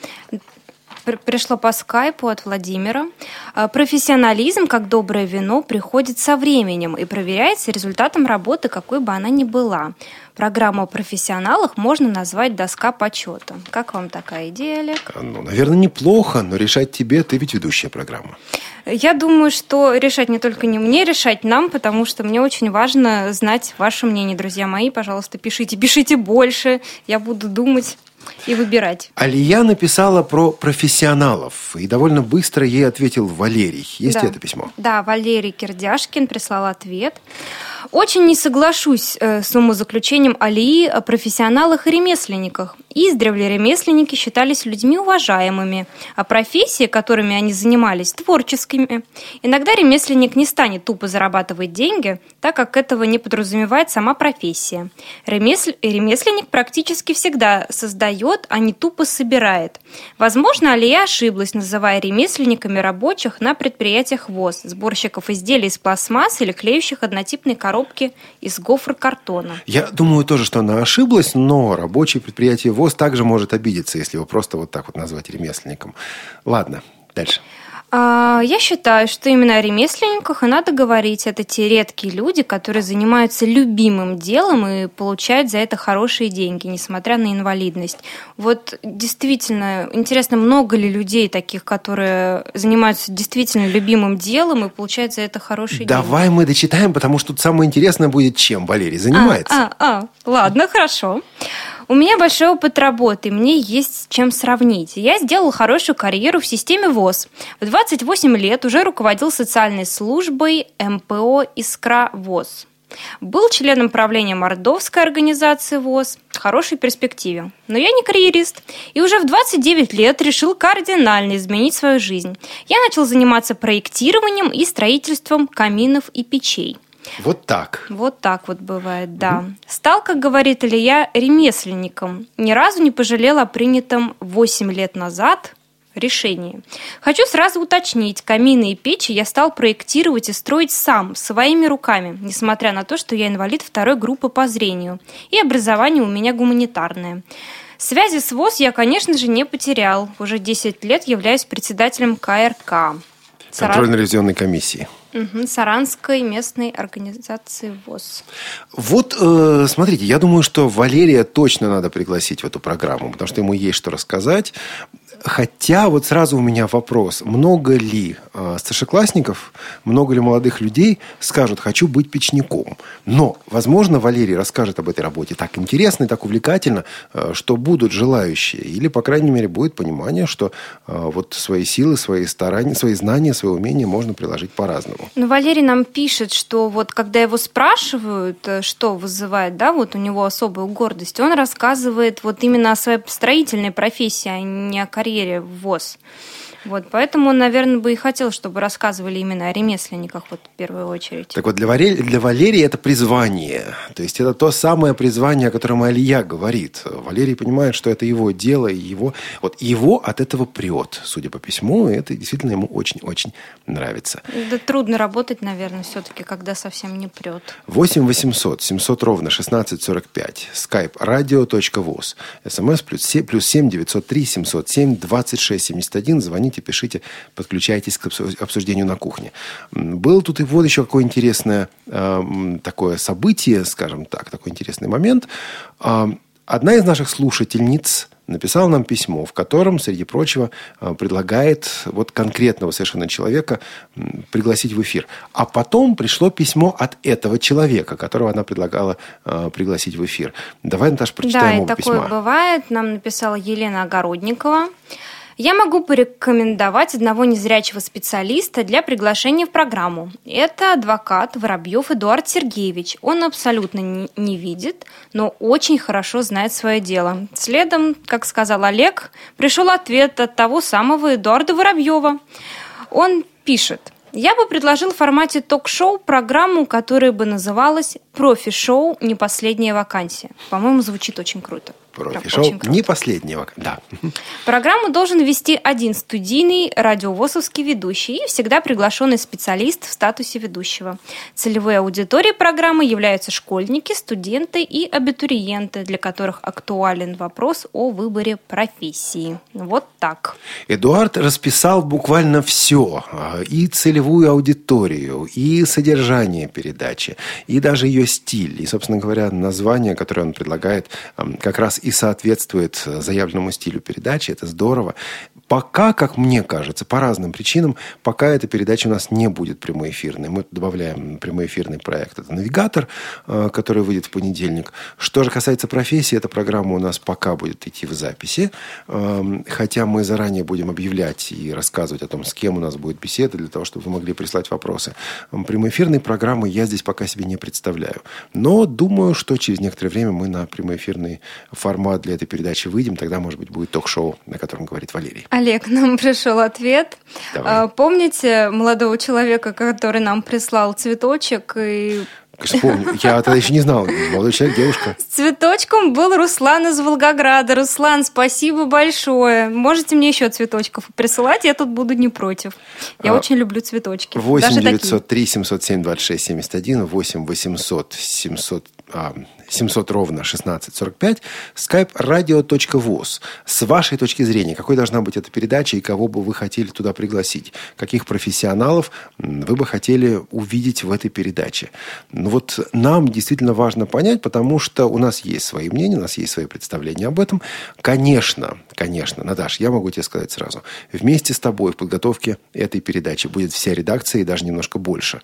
Пришло по скайпу от Владимира. Профессионализм, как доброе вино, приходит со временем и проверяется результатом работы, какой бы она ни была. Программу о профессионалах можно назвать «Доска почета». Как вам такая идея, Олег? Ну, наверное, неплохо, но решать тебе, ты ведь ведущая программа. Я думаю, что решать не только не мне, решать нам, потому что мне очень важно знать ваше мнение, друзья мои. Пожалуйста, пишите, пишите больше, я буду думать и выбирать. Алия написала про профессионалов, и довольно быстро ей ответил Валерий. Есть да. это письмо? Да, Валерий Кирдяшкин прислал ответ. Очень не соглашусь э, с умозаключением Алии о профессионалах и ремесленниках. Издревле ремесленники считались людьми уважаемыми, а профессии, которыми они занимались, творческими. Иногда ремесленник не станет тупо зарабатывать деньги, так как этого не подразумевает сама профессия. Ремесл... Ремесленник практически всегда создает, а не тупо собирает. Возможно, Алия ошиблась, называя ремесленниками рабочих на предприятиях ВОС, сборщиков изделий из пластмассы или клеющих однотипные коробки из гофрокартона. Я думаю тоже, что она ошиблась, но рабочее предприятие ВОС также может обидеться, если его просто вот так вот назвать ремесленником. Ладно, дальше. Я считаю, что именно о ремесленниках и надо говорить. Это те редкие люди, которые занимаются любимым делом и получают за это хорошие деньги, несмотря на инвалидность. Вот действительно, интересно, много ли людей таких, которые занимаются действительно любимым делом и получают за это хорошие Давай деньги? Давай мы дочитаем, потому что тут самое интересное будет, чем Валерий занимается. А, а, а, ладно, хорошо. У меня большой опыт работы, мне есть с чем сравнить. Я сделал хорошую карьеру в системе ВОС. В двадцать восемь лет уже руководил социальной службой эм пэ о «Искра ВОС». Был членом правления Мордовской организации ВОС. В хорошей перспективе. Но я не карьерист. И уже в двадцать девять лет решил кардинально изменить свою жизнь. Я начал заниматься проектированием и строительством каминов и печей. Вот так. Вот так вот бывает, да. Угу. Стал, как говорит Илья, ремесленником. Ни разу не пожалел о принятом восемь лет назад решении. Хочу сразу уточнить, камины и печи я стал проектировать и строить сам, своими руками, несмотря на то, что я инвалид второй группы по зрению, и образование у меня гуманитарное. Связи с ВОС я, конечно же, не потерял. Уже десять лет являюсь председателем ка эр ка. Контрольно-ревизионной комиссии. Угу, Саранской местной организации ВОС. Вот, э, смотрите, я думаю, что Валерия точно надо пригласить в эту программу, потому что ему есть что рассказать. Хотя вот сразу у меня вопрос, много ли э, старшеклассников, много ли молодых людей скажут «хочу быть печником». Но, возможно, Валерий расскажет об этой работе так интересно и так увлекательно, что будут желающие. Или, по крайней мере, будет понимание, что вот свои силы, свои старания, свои знания, свои умения можно приложить по-разному. Ну, Валерий нам пишет, что вот когда его спрашивают, что вызывает, да, вот у него особую гордость, он рассказывает вот именно о своей строительной профессии, а не о карьере в ВОС. Вот, поэтому он, наверное, бы и хотел, чтобы рассказывали именно о ремесленниках вот, в первую очередь. Так вот, для Валерия, для Валерия это призвание. То есть это то самое призвание, о котором Алия говорит. Валерий понимает, что это его дело, и его, вот, его от этого прет, судя по письму, и это действительно ему очень-очень нравится. Да трудно работать, наверное, все-таки, когда совсем не прет. восемь восемьсот семьсот ровно шестнадцать сорок пять. Skype radio.voz. СМС плюс семь девятьсот три семьсот семь двадцать шесть семьдесят один. Звоните, пишите, подключайтесь к обсуждению на кухне. Было тут и вот еще какое интересное э, такое событие, скажем так, такой интересный момент. Э, одна из наших слушательниц написала нам письмо, в котором, среди прочего, э, предлагает вот конкретного совершенно человека э, пригласить в эфир. А потом пришло письмо от этого человека, которого она предлагала э, пригласить в эфир. Давай, Наташа, прочитаем оба письма. Да, и такое бывает. Нам написала Елена Огородникова. Я могу порекомендовать одного незрячего специалиста для приглашения в программу. Это адвокат Воробьев Эдуард Сергеевич. Он абсолютно не видит, но очень хорошо знает свое дело. Следом, как сказал Олег, пришел ответ от того самого Эдуарда Воробьева. Он пишет: я бы предложил в формате ток-шоу программу, которая бы называлась «Профи-шоу. Не последняя вакансия». По-моему, звучит очень круто. Профи-шоу. Не последняя вакансия. Да. Программу должен вести один студийный радиовосовский ведущий и всегда приглашенный специалист в статусе ведущего. Целевой аудиторией программы являются школьники, студенты и абитуриенты, для которых актуален вопрос о выборе профессии. Вот так. Эдуард расписал буквально все. И целевую аудиторию, и содержание передачи, и даже ее стиль. И, собственно говоря, название, которое он предлагает, как раз и соответствует заявленному стилю передачи. Это здорово. Пока, как мне кажется, по разным причинам, пока эта передача у нас не будет прямоэфирной. Мы добавляем прямоэфирный проект. Это «Навигатор», который выйдет в понедельник. Что же касается профессии, эта программа у нас пока будет идти в записи. Хотя мы заранее будем объявлять и рассказывать о том, с кем у нас будет беседа, для того, чтобы вы могли прислать вопросы. Прямоэфирной программы я здесь пока себе не представляю. Но думаю, что через некоторое время мы на прямоэфирный формат для этой передачи выйдем. Тогда, может быть, будет ток-шоу, на котором говорит Валерий. Олег, нам пришел ответ. Давай. Помните молодого человека, который нам прислал цветочек и... Конечно, помню. Я тогда еще не знал. Молодой человек, девушка. С цветочком был Руслан из Волгограда. Руслан, спасибо большое. Можете мне еще цветочков присылать, я тут буду не против. Я а, очень люблю цветочки. восемь девятьсот три семьсот семь двадцать шесть семьдесят один, восемь восемьсот семьсот а, семьсот ровно шестнадцать сорок пять. Skype radio.voz. С вашей точки зрения, какой должна быть эта передача и кого бы вы хотели туда пригласить? Каких профессионалов вы бы хотели увидеть в этой передаче? Ну вот нам действительно важно понять, потому что у нас есть свои мнения, у нас есть свои представления об этом. Конечно, конечно, Наташ, я могу тебе сказать сразу. Вместе с тобой в подготовке этой передачи будет вся редакция и даже немножко больше.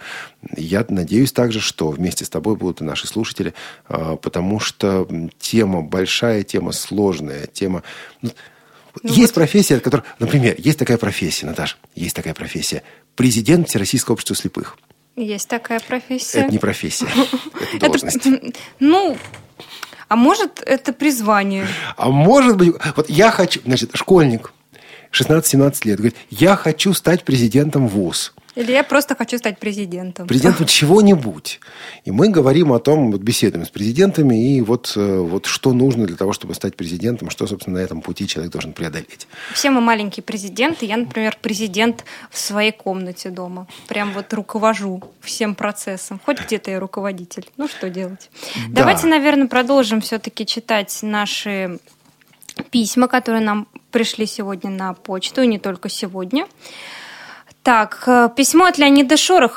Я надеюсь также, что вместе с тобой будут и наши слушатели, потому что тема большая, тема сложная, тема... Ну, есть вот... профессия, от которой... Например, есть такая профессия, Наташ, есть такая профессия. Президент Всероссийского общества слепых. Есть такая профессия. Это не профессия, это должность. Ну, а может, это призвание. А может быть... Вот я хочу... Значит, школьник, шестнадцать-семнадцать лет, говорит, я хочу стать президентом ВУЗ. Или я просто хочу стать президентом. Президентом чего-нибудь. И мы говорим о том, вот беседуем с президентами, и вот, вот что нужно для того, чтобы стать президентом, что, собственно, на этом пути человек должен преодолеть. Все мы маленькие президенты. Я, например, президент в своей комнате дома. Прям вот руковожу всем процессом. Хоть где-то я руководитель. Ну, что делать? Да. Давайте, наверное, продолжим все-таки читать наши письма, которые нам пришли сегодня на почту, и не только сегодня. Так, письмо от Леонида Шорохова.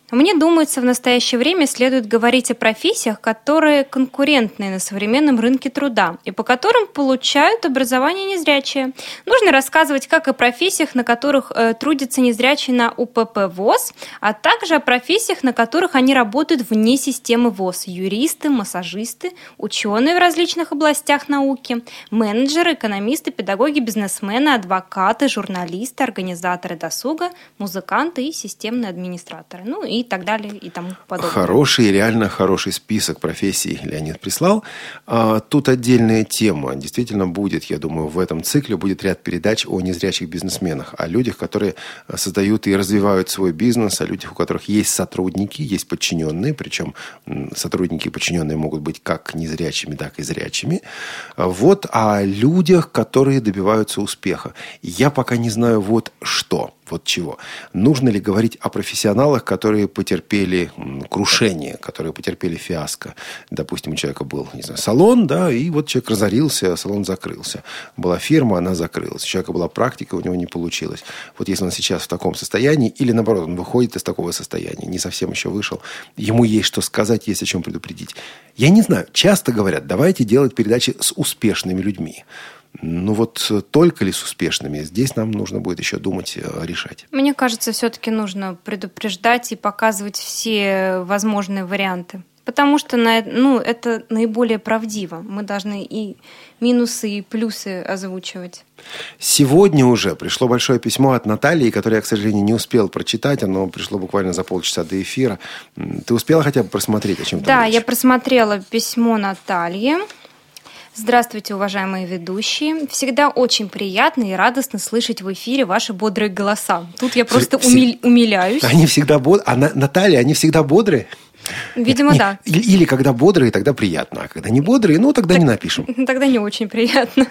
Мне думается, в настоящее время следует говорить о профессиях, которые конкурентны на современном рынке труда и по которым получают образование незрячие. Нужно рассказывать как о профессиях, на которых э, трудятся незрячие на У Пэ Пэ ВОС, а также о профессиях, на которых они работают вне системы ВОС. Юристы, массажисты, ученые в различных областях науки, менеджеры, экономисты, педагоги, бизнесмены, адвокаты, журналисты, организаторы досуга, музыканты и системные администраторы. Ну и и так далее, и тому подобное. Хороший, реально хороший список профессий Леонид прислал. А, тут отдельная тема. Действительно будет, я думаю, в этом цикле будет ряд передач о незрячих бизнесменах, о людях, которые создают и развивают свой бизнес, о людях, у которых есть сотрудники, есть подчиненные, причем сотрудники и подчиненные могут быть как незрячими, так и зрячими. Вот о людях, которые добиваются успеха. Я пока не знаю вот что. Вот чего. Нужно ли говорить о профессионалах, которые потерпели крушение, которые потерпели фиаско? Допустим, у человека был, не знаю, салон, да, и вот человек разорился, салон закрылся. Была фирма, она закрылась. У человека была практика, у него не получилось. Вот если он сейчас в таком состоянии, или наоборот, он выходит из такого состояния, не совсем еще вышел, ему есть что сказать, есть о чем предупредить. Я не знаю, часто говорят, давайте делать передачи с успешными людьми. Ну вот только ли с успешными? Здесь нам нужно будет еще думать, решать. Мне кажется, все-таки нужно предупреждать и показывать все возможные варианты. Потому что ну, это наиболее правдиво. Мы должны и минусы, и плюсы озвучивать. Сегодня уже пришло большое письмо от Натальи, которое я, к сожалению, не успел прочитать. Оно пришло буквально за полчаса до эфира. Ты успела хотя бы просмотреть, о чем там Да, речь? я просмотрела письмо Натальи. Здравствуйте, уважаемые ведущие. Всегда очень приятно и радостно слышать в эфире ваши бодрые голоса. Тут я просто Все... умиль... умиляюсь. Они всегда бодрые. А Наталья, они всегда бодрые? Видимо, Нет, да. Или, или когда бодрые, тогда приятно. А когда не бодрые, ну, тогда так, не напишем. Тогда не очень приятно.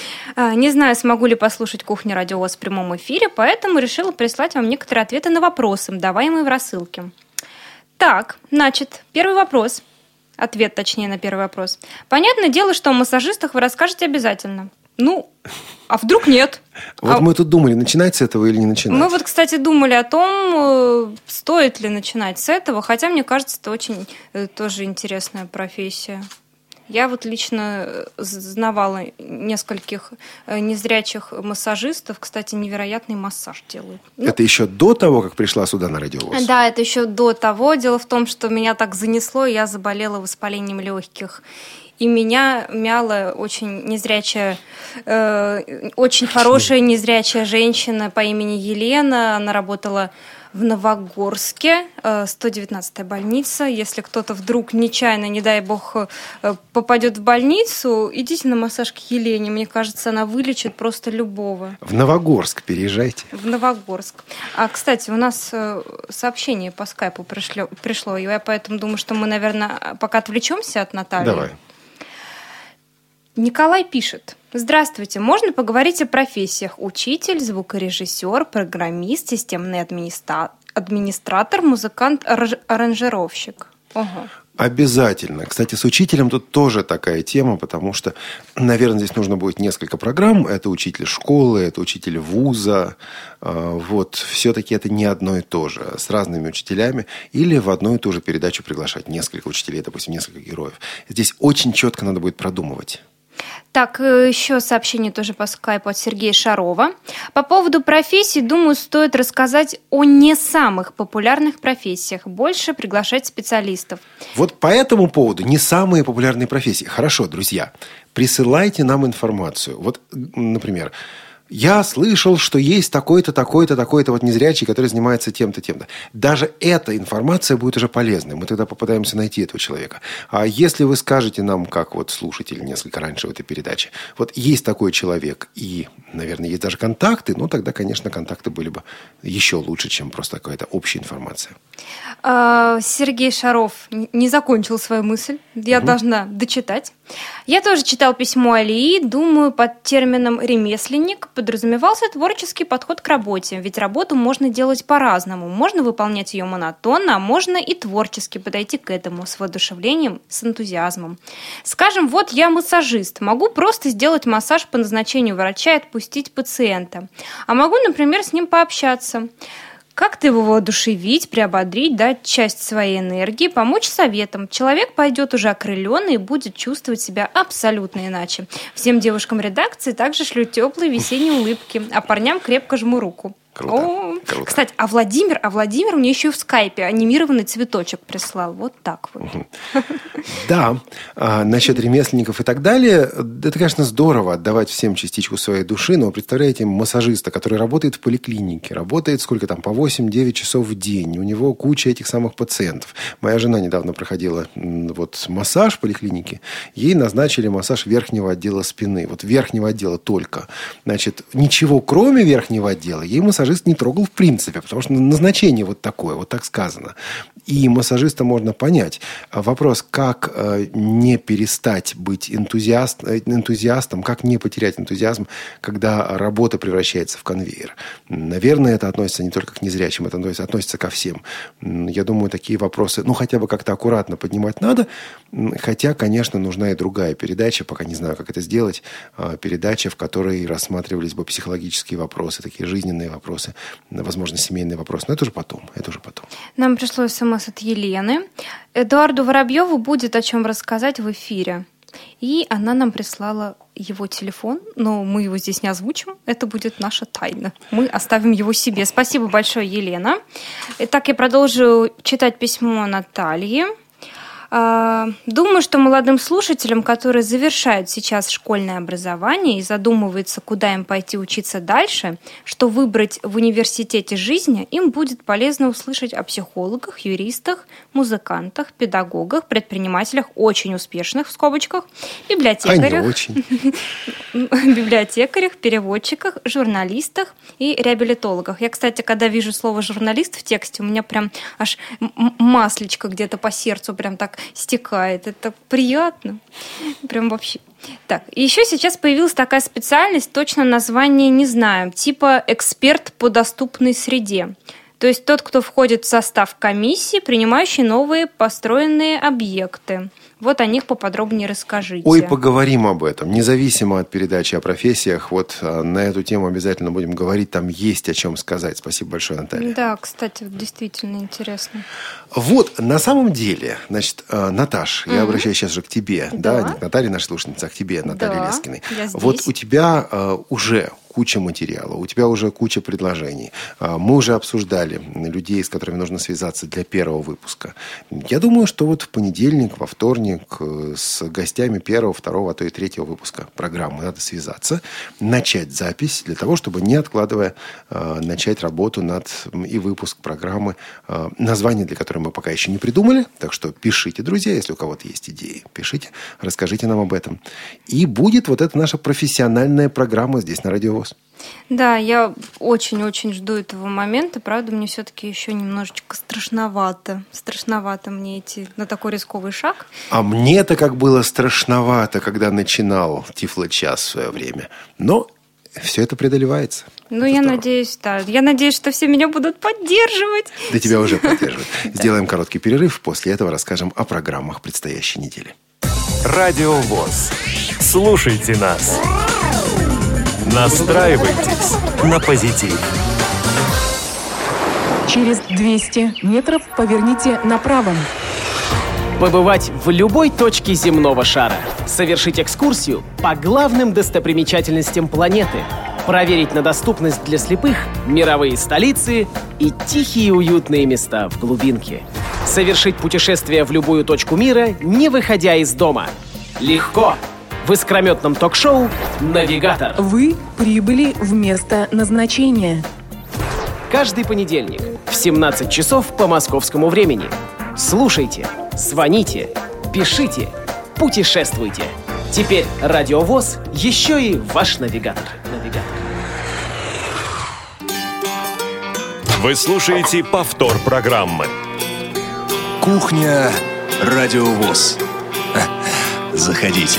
Не знаю, смогу ли послушать «Кухню Радио ВОС» в прямом эфире, поэтому решила прислать вам некоторые ответы на вопросы, даваемые в рассылке. Так, значит, первый вопрос. Ответ, точнее, на первый вопрос. Понятное дело, что о массажистах вы расскажете обязательно. Ну, а вдруг нет? Вот а... мы тут думали, начинать с этого или не начинать. Мы вот, кстати, думали о том, стоит ли начинать с этого, хотя, мне кажется, это очень тоже интересная профессия. Я вот лично знавала нескольких незрячих массажистов. Кстати, невероятный массаж делают. Ну, это еще до того, как пришла сюда на Радио ВОС? Да, это еще до того. Дело в том, что меня так занесло, я заболела воспалением легких. И меня мяла очень незрячая, э, очень хорошая незрячая женщина по имени Елена. Она работала в Новогорске, сто девятнадцатая больница. Если кто-то вдруг нечаянно, не дай бог, попадет в больницу, идите на массаж к Елене. Мне кажется, она вылечит просто любого. В Новогорск переезжайте. В Новогорск. А, кстати, у нас сообщение по скайпу пришло, пришло. Я поэтому думаю, что мы, наверное, пока отвлечемся от Натальи. Давай. Николай пишет. Здравствуйте, можно поговорить о профессиях? Учитель, звукорежиссер, программист, системный администра... администратор, музыкант, аранжировщик. Ого. Обязательно. Кстати, с учителем тут тоже такая тема, потому что, наверное, здесь нужно будет несколько программ. Это учитель школы, это учитель вуза. Вот. Все-таки это не одно и то же. С разными учителями. Или в одну и ту же передачу приглашать несколько учителей, допустим, несколько героев. Здесь очень четко надо будет продумывать. Так, еще сообщение тоже по скайпу от Сергея Шарова. По поводу профессий, думаю, стоит рассказать о не самых популярных профессиях. Больше приглашать специалистов. Вот по этому поводу не самые популярные профессии. Хорошо, друзья, присылайте нам информацию. Вот, например, я слышал, что есть такой-то, такой-то, такой-то вот незрячий, который занимается тем-то, тем-то. Даже эта информация будет уже полезной. Мы тогда попытаемся найти этого человека. А если вы скажете нам, как вот слушатель несколько раньше в этой передаче, вот есть такой человек и, наверное, есть даже контакты, ну, тогда, конечно, контакты были бы еще лучше, чем просто какая-то общая информация. Сергей Шаров не закончил свою мысль. Я угу. должна дочитать. Я тоже читал письмо Алии. Думаю, под термином «ремесленник» подразумевался творческий подход к работе. Ведь работу можно делать по-разному. Можно выполнять ее монотонно, а можно и творчески подойти к этому с воодушевлением, с энтузиазмом. Скажем, вот я массажист. Могу просто сделать массаж по назначению врача и отпустить пациента. А могу, например, с ним пообщаться. Как-то его воодушевить, приободрить, дать часть своей энергии, помочь советам. Человек пойдет уже окрыленный и будет чувствовать себя абсолютно иначе. Всем девушкам редакции также шлю теплые весенние улыбки, а парням крепко жму руку. Круто, О, круто. Кстати, а Владимир, а Владимир мне еще и в скайпе анимированный цветочек прислал. Вот так вот. Да, а, насчет ремесленников и так далее, это, конечно, здорово отдавать всем частичку своей души, но представляете, массажиста, который работает в поликлинике, работает сколько там, по восемь-девять часов в день, у него куча этих самых пациентов. Моя жена недавно проходила вот массаж в поликлинике, ей назначили массаж верхнего отдела спины, вот верхнего отдела только. Значит, ничего кроме верхнего отдела ей массажист не трогал в принципе, потому что назначение вот такое, вот так сказано. И массажиста можно понять. Вопрос, как э, не перестать быть энтузиаст, энтузиастом, как не потерять энтузиазм, когда работа превращается в конвейер. Наверное, это относится не только к незрячим, это относится, относится ко всем. Я думаю, такие вопросы, ну, хотя бы как-то аккуратно поднимать надо, хотя, конечно, нужна и другая передача, пока не знаю, как это сделать, передача, в которой рассматривались бы психологические вопросы, такие жизненные вопросы, возможно, семейные вопросы. Но это уже потом, это уже потом. Нам пришло смс от Елены. Эдуарду Воробьеву будет о чем рассказать в эфире. И она нам прислала его телефон, но мы его здесь не озвучим. Это будет наша тайна. Мы оставим его себе. Спасибо большое, Елена. Итак, я продолжу читать письмо Натальи. Думаю, что молодым слушателям, которые завершают сейчас школьное образование и задумываются, куда им пойти учиться дальше, что выбрать в университете жизни, им будет полезно услышать о психологах, юристах, музыкантах, педагогах, предпринимателях, очень успешных, в скобочках, библиотекарях, а не очень. библиотекарях, переводчиках, журналистах и реабилитологах. Я, кстати, когда вижу слово «журналист» в тексте, у меня прям аж маслечко где-то по сердцу прям так стекает. Это приятно. Прям вообще. Так, и еще сейчас появилась такая специальность, точно название не знаю, типа эксперт по доступной среде. То есть тот, кто входит в состав комиссии, принимающей новые построенные объекты. Вот о них поподробнее расскажите. Ой, поговорим об этом. Независимо от передачи о профессиях, вот на эту тему обязательно будем говорить. Там есть о чем сказать. Спасибо большое, Наталья. Да, кстати, действительно интересно. Вот, на самом деле, значит, Наташ, mm-hmm. я обращаюсь сейчас же к тебе, да, да? не к Наталье, нашей слушательнице, а к тебе, Наталье да, Лескиной. Я здесь. Вот у тебя uh, уже куча материала, у тебя уже куча предложений. Мы уже обсуждали людей, с которыми нужно связаться для первого выпуска. Я думаю, что вот в понедельник, во вторник с гостями первого, второго, а то и третьего выпуска программы надо связаться, начать запись для того, чтобы, не откладывая, начать работу над и выпуск программы, название для которой мы пока еще не придумали. Так что пишите, друзья, если у кого-то есть идеи, пишите, расскажите нам об этом. И будет вот эта наша профессиональная программа здесь на Радио ВОС. Да, я очень-очень жду этого момента. Правда, мне все-таки еще немножечко страшновато. Страшновато мне идти на такой рисковый шаг. А мне-то как было страшновато, когда начинал Тифло-час в свое время. Но все это преодолевается. Ну, это я здорово. надеюсь, да. Я надеюсь, что все меня будут поддерживать. Да тебя уже поддерживают. Сделаем короткий перерыв. После этого расскажем о программах предстоящей недели. Радио ВОС. Слушайте нас. Настраивайтесь на позитив. Через двести метров поверните направо. Побывать в любой точке земного шара. Совершить экскурсию по главным достопримечательностям планеты. Проверить на доступность для слепых мировые столицы и тихие уютные места в глубинке. Совершить путешествие в любую точку мира, не выходя из дома. Легко! В искрометном ток-шоу «Навигатор». Вы прибыли в место назначения. Каждый понедельник в семнадцать часов по московскому времени. Слушайте, звоните, пишите, путешествуйте. Теперь Радио ВОС еще и ваш навигатор. Навигатор. Вы слушаете повтор программы. Кухня Радио ВОС. Заходите.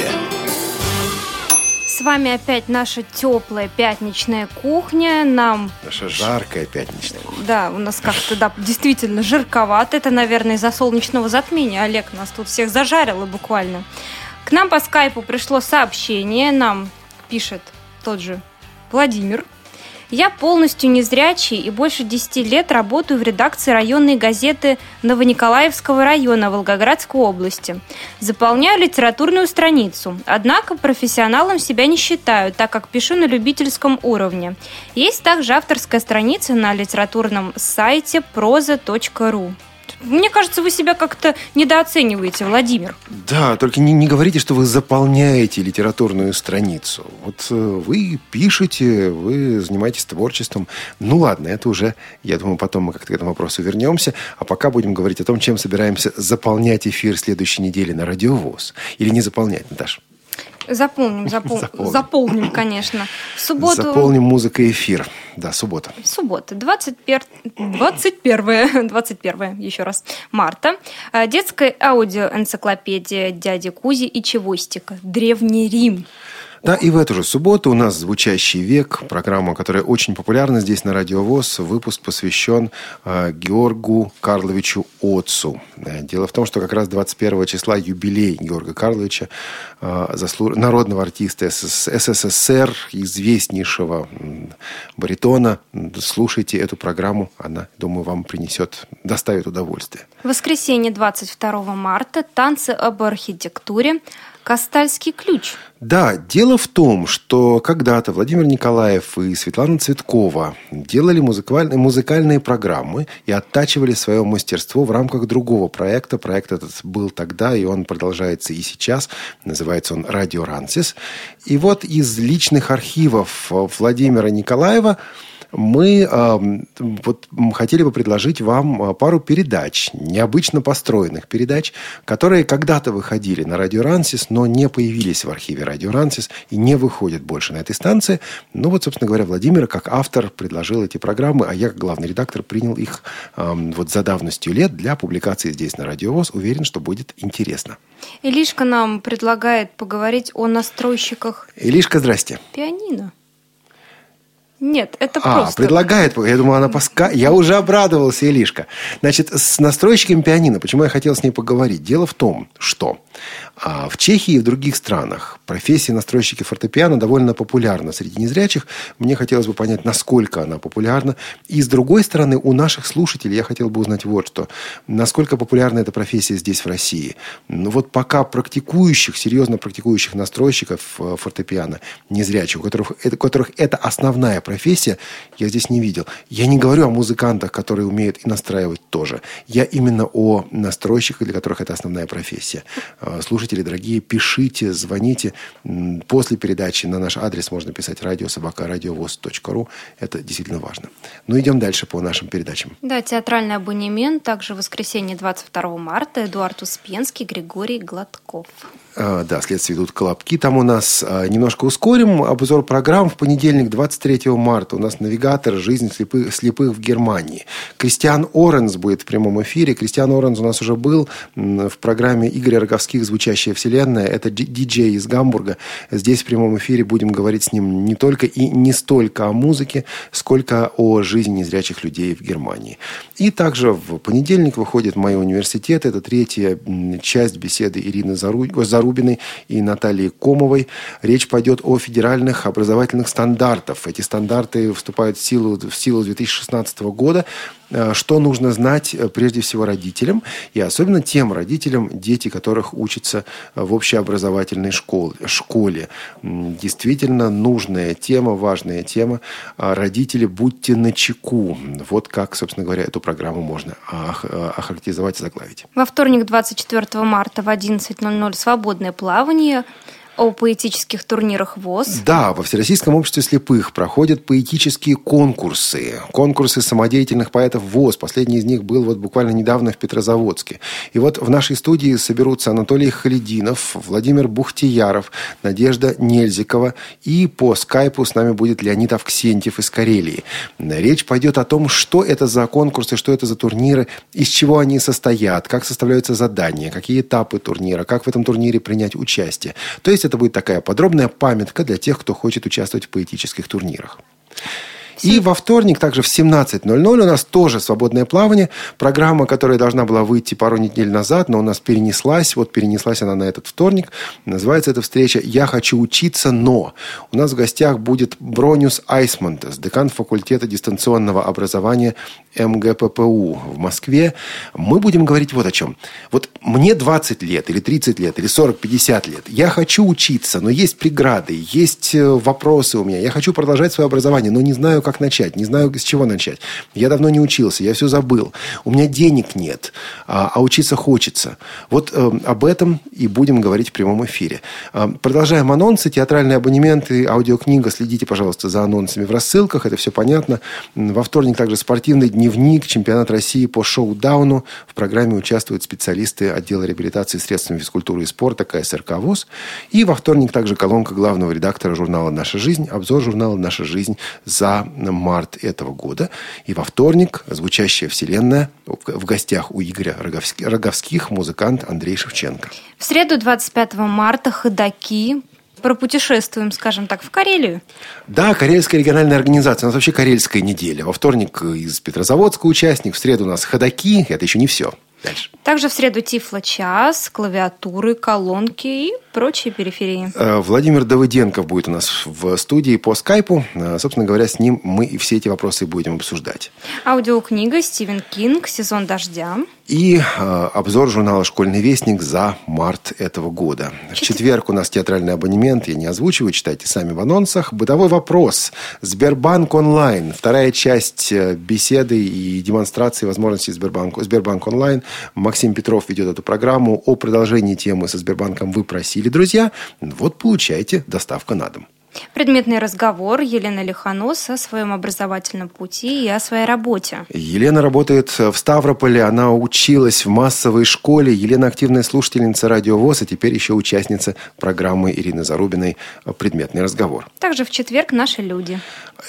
С вами опять наша теплая пятничная кухня. Нам... Наша жаркая пятничная кухня. Да, у нас как-то, да, действительно жарковато. Это, наверное, из-за солнечного затмения. Олег нас тут всех зажарил буквально. К нам по скайпу пришло сообщение. Нам пишет тот же Владимир. Я полностью незрячий и больше десяти лет работаю в редакции районной газеты Новониколаевского района Волгоградской области. Заполняю литературную страницу. Однако профессионалом себя не считаю, так как пишу на любительском уровне. Есть также авторская страница на литературном сайте проза точка ру. Мне кажется, вы себя как-то недооцениваете, Владимир. Да, только не, не говорите, что вы заполняете литературную страницу. Вот вы пишете, вы занимаетесь творчеством. Ну ладно, это уже, я думаю, потом мы как-то к этому вопросу вернемся. А пока будем говорить о том, чем собираемся заполнять эфир следующей недели на Радио ВОС. Или не заполнять, Наташа? Заполним, запол... заполним. Заполним, конечно. В субботу... Заполним музыкой эфир. Да, суббота. Суббота, двадцать первое, двадцать первое, еще раз, марта. Детская аудиоэнциклопедия дяди Кузи и Чевостика. Древний Рим. Да, и в эту же субботу у нас «Звучащий век», программа, которая очень популярна здесь на Радио ВОС. Выпуск посвящен э, Георгу Карловичу Оцу. Дело в том, что как раз двадцать первого числа юбилей Георга Карловича, э, заслуж... народного артиста СССР, известнейшего баритона. Слушайте эту программу, она, думаю, вам принесет, доставит удовольствие. В воскресенье двадцать второго марта танцы об архитектуре. Кастальский ключ. Да, дело в том, что когда-то Владимир Николаев и Светлана Цветкова делали музыкальные, музыкальные программы и оттачивали свое мастерство в рамках другого проекта. Проект этот был тогда, и он продолжается и сейчас. Называется он «Радио Рансис». И вот из личных архивов Владимира Николаева мы э, вот, хотели бы предложить вам пару передач, необычно построенных передач, которые когда-то выходили на Радио Рансис, но не появились в архиве Радио Рансис и не выходят больше на этой станции. Ну вот, собственно говоря, Владимир как автор предложил эти программы, а я как главный редактор принял их э, вот за давностью лет для публикации здесь на Радио ВОС. Уверен, что будет интересно. Илишка нам предлагает поговорить о настройщиках. Илишка, здрасте. Пианино. Нет, это а, просто... предлагает. Я думал, она поска... Я уже обрадовался, Илишка. Значит, с настройщиком пианино. Почему я хотел с ней поговорить? Дело в том, что а, в Чехии и в других странах профессия настройщики фортепиано довольно популярна среди незрячих. Мне хотелось бы понять, насколько она популярна. И с другой стороны, у наших слушателей я хотел бы узнать вот что. Насколько популярна эта профессия здесь, в России. Ну вот пока практикующих, серьезно практикующих настройщиков фортепиано незрячих, у которых, у которых это основная профессия, я здесь не видел. Я не говорю о музыкантах, которые умеют и настраивать тоже. Я именно о настройщиках, для которых это основная профессия. Слушатели, дорогие, пишите, звоните. После передачи на наш адрес можно писать радио собака радиовос точка ру. Это действительно важно. Ну, идем дальше по нашим передачам. Да, театральный абонемент. Также в воскресенье двадцать второго марта Эдуард Успенский, Григорий Гладков. Да, следствие идут колобки. Там у нас немножко ускорим обзор программ. В понедельник, двадцать третьего марта, у нас навигатор «Жизнь слепых, слепых в Германии». Кристиан Оренс будет в прямом эфире. Кристиан Оренс у нас уже был в программе Игоря Роговских «Звучащая вселенная». Это диджей из Гамбурга. Здесь в прямом эфире будем говорить с ним не только и не столько о музыке, сколько о жизни незрячих людей в Германии. И также в понедельник выходит «Мои университеты». Это третья часть беседы Ирины Зарубиной и Натальи Комовой. Речь пойдет о федеральных образовательных стандартах. Эти стандарты вступают в силу, в силу две тысячи шестнадцатого года. Что нужно знать прежде всего родителям, и особенно тем родителям, дети которых учатся в общеобразовательной школе. школе. Действительно нужная тема, важная тема. Родители, будьте начеку. Вот как, собственно говоря, эту программу можно охарактеризовать и заглавить. Во вторник, двадцать четвертого марта в одиннадцать ноль ноль «Свободное плавание». О поэтических турнирах ВОС. Да, во Всероссийском обществе слепых проходят поэтические конкурсы. Конкурсы самодеятельных поэтов ВОС. Последний из них был вот буквально недавно в Петрозаводске. И вот в нашей студии соберутся Анатолий Халидинов, Владимир Бухтияров, Надежда Нельзикова. И по скайпу с нами будет Леонид Авксентьев из Карелии. Речь пойдет о том, что это за конкурсы, что это за турниры, из чего они состоят, как составляются задания, какие этапы турнира, как в этом турнире принять участие. То есть это будет такая подробная памятка для тех, кто хочет участвовать в поэтических турнирах. И во вторник, также в семнадцать ноль ноль, у нас тоже «Свободное плавание». Программа, которая должна была выйти пару недель назад, но у нас перенеслась. Вот перенеслась она на этот вторник. Называется эта встреча «Я хочу учиться, но». У нас в гостях будет Бронюс Айсмантес, декан факультета дистанционного образования эм гэ пэ пэ у в Москве. Мы будем говорить вот о чем. Вот мне двадцать лет, или тридцать лет, или сорок пятьдесят лет. Я хочу учиться, но есть преграды, есть вопросы у меня. Я хочу продолжать свое образование, но не знаю, как начать, не знаю, с чего начать. Я давно не учился, я все забыл. У меня денег нет, а, а учиться хочется. Вот э, об этом и будем говорить в прямом эфире. Э, продолжаем анонсы, театральные абонементы, аудиокнига. Следите, пожалуйста, за анонсами в рассылках, это все понятно. Во вторник также спортивный дневник, чемпионат России по шоу-дауну. В программе участвуют специалисты отдела реабилитации средствами физкультуры и спорта ка эс эр ка ВОС. И во вторник также колонка главного редактора журнала «Наша жизнь», обзор журнала «Наша жизнь» за март этого года. И во вторник «Звучащая вселенная». В гостях у Игоря Роговских, Роговских музыкант Андрей Шевченко. В среду двадцать пятого марта «Ходоки». Пропутешествуем, скажем так, в Карелию. Да, Карельская региональная организация. У нас вообще Карельская неделя. Во вторник из Петрозаводска участник. В среду у нас «Ходоки». Это еще не все. Дальше. Также в среду Тифло-час, клавиатуры, колонки и прочие периферии. Владимир Давыденков будет у нас в студии по скайпу. Собственно говоря, с ним мы и все эти вопросы будем обсуждать. Аудиокнига «Стивен Кинг. Сезон дождя». И э, обзор журнала «Школьный вестник» за март этого года. В четверг у нас театральный абонемент. Я не озвучиваю, читайте сами в анонсах. Бытовой вопрос. Сбербанк онлайн. Вторая часть беседы и демонстрации возможностей Сбербанк, Сбербанк онлайн. Максим Петров ведет эту программу. О продолжении темы со Сбербанком вы просили, друзья. Вот получайте, доставка на дом. Предметный разговор. Елена Лихонос о своем образовательном пути и о своей работе. Елена работает в Ставрополе. Она училась в массовой школе. Елена активная слушательница Радио ВОС, а теперь еще участница программы Ирины Зарубиной «Предметный разговор». Также в четверг «Наши люди».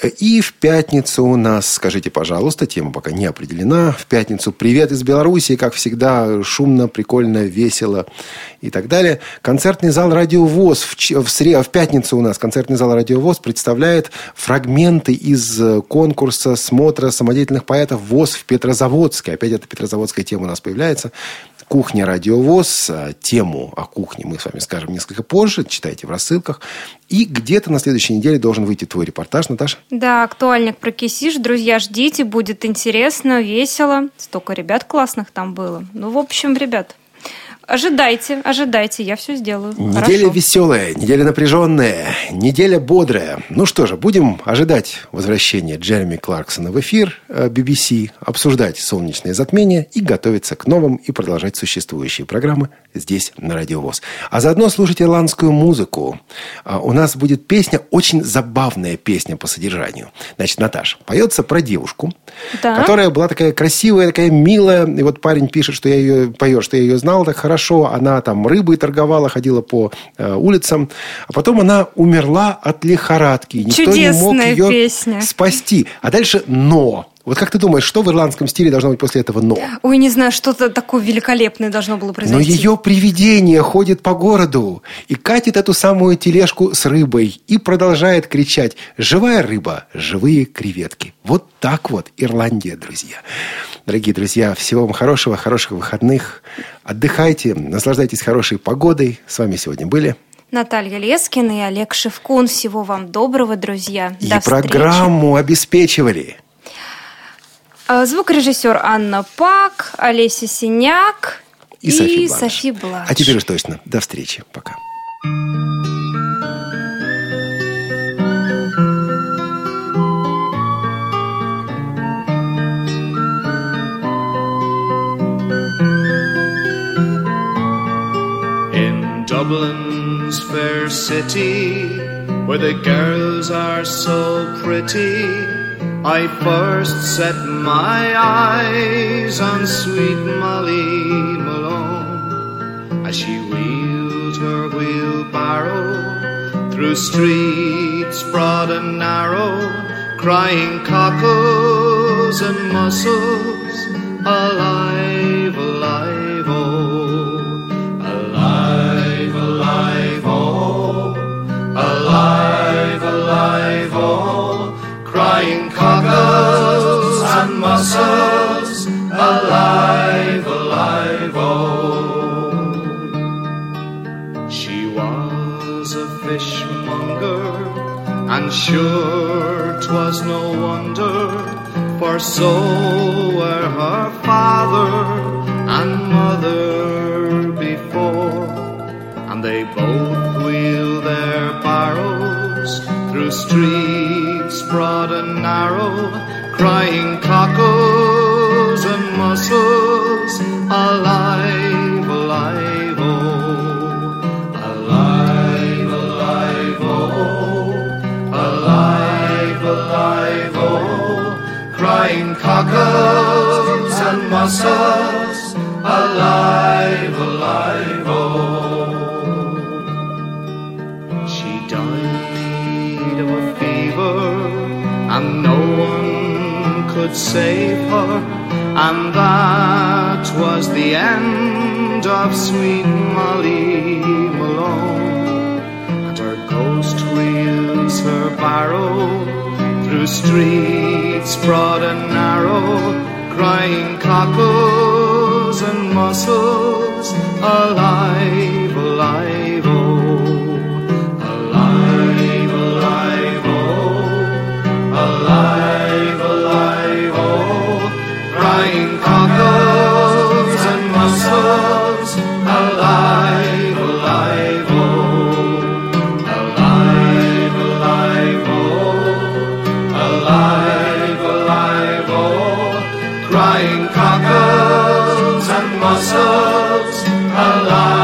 И в пятницу у нас, скажите, пожалуйста, тема пока не определена. В пятницу «Привет из Беларуси». Как всегда, шумно, прикольно, весело и так далее. Концертный зал «Радио ВОС». В, в, сред... в пятницу у нас концертный зал «Радио ВОС» представляет фрагменты из конкурса смотра самодеятельных поэтов ВОС в Петрозаводске. Опять эта петрозаводская тема у нас появляется. Кухня «Радио ВОС». Тему о кухне мы с вами скажем несколько позже. Читайте в рассылках. И где-то на следующей неделе должен выйти твой репортаж, Наташа. Да, актуальник про Кисиш. Друзья, ждите, будет интересно, весело. Столько ребят классных там было. Ну, в общем, ребят, ожидайте, ожидайте, я все сделаю. Неделя Хорошо. веселая, неделя напряженная, неделя бодрая. Ну что же, будем ожидать возвращения Джереми Кларксона в эфир би би си, обсуждать солнечное затмение и готовиться к новым и продолжать существующие программы здесь, на Радио ВОС. А заодно слушать ирландскую музыку. У нас будет песня, очень забавная песня по содержанию. Значит, Наташ, поется про девушку, да, которая была такая красивая, такая милая. И вот парень пишет, что я ее поет, что я ее знал так хорошо. Она там рыбой торговала, ходила по э, улицам. А потом она умерла от лихорадки. Никто Чудесная не мог ее песня. спасти. А дальше «но». Вот как ты думаешь, что в ирландском стиле должно быть после этого «но»? Ой, не знаю, что-то такое великолепное должно было произойти. Но ее привидение ходит по городу и катит эту самую тележку с рыбой и продолжает кричать: «Живая рыба, живые креветки». Вот так вот Ирландия, друзья. Дорогие друзья, всего вам хорошего, хороших выходных. Отдыхайте, наслаждайтесь хорошей погодой. С вами сегодня были Наталья Лескина и Олег Шевкун. Всего вам доброго, друзья. И До программу встречи. Обеспечивали звукорежиссер Анна Пак, Олеся Синяк и, и Софи Бланш. А теперь уж точно. До встречи. Пока. In Dublin's fair city, where the girls are so pretty, I first set my eyes on sweet Molly Malone, as she wheeled her wheelbarrow through streets broad and narrow, crying cockles and mussels, alive, alive, oh, alive, alive, oh, alive, alive, oh, crying cockles sure 'twas no wonder, for so were her father and mother before, and they both wheeled their barrows through streets broad and narrow, crying cockles and mussels, alive, alive, oh, alive, alive, oh, alive, alive, oh, crying cockles and mussels, alive, alive, oh. She died of a fever, and no one could save her, and that was the end of sweet Molly Malone. And her ghost wheels her barrow through streets broad and narrow, crying cockles and mussels, alive, alive, oh, alive, alive, oh, alive, alive, oh, crying cockles and mussels, alive, alive, oh, alive, alive, oh, alive, alive, oh, crying cockles and mussels, alive.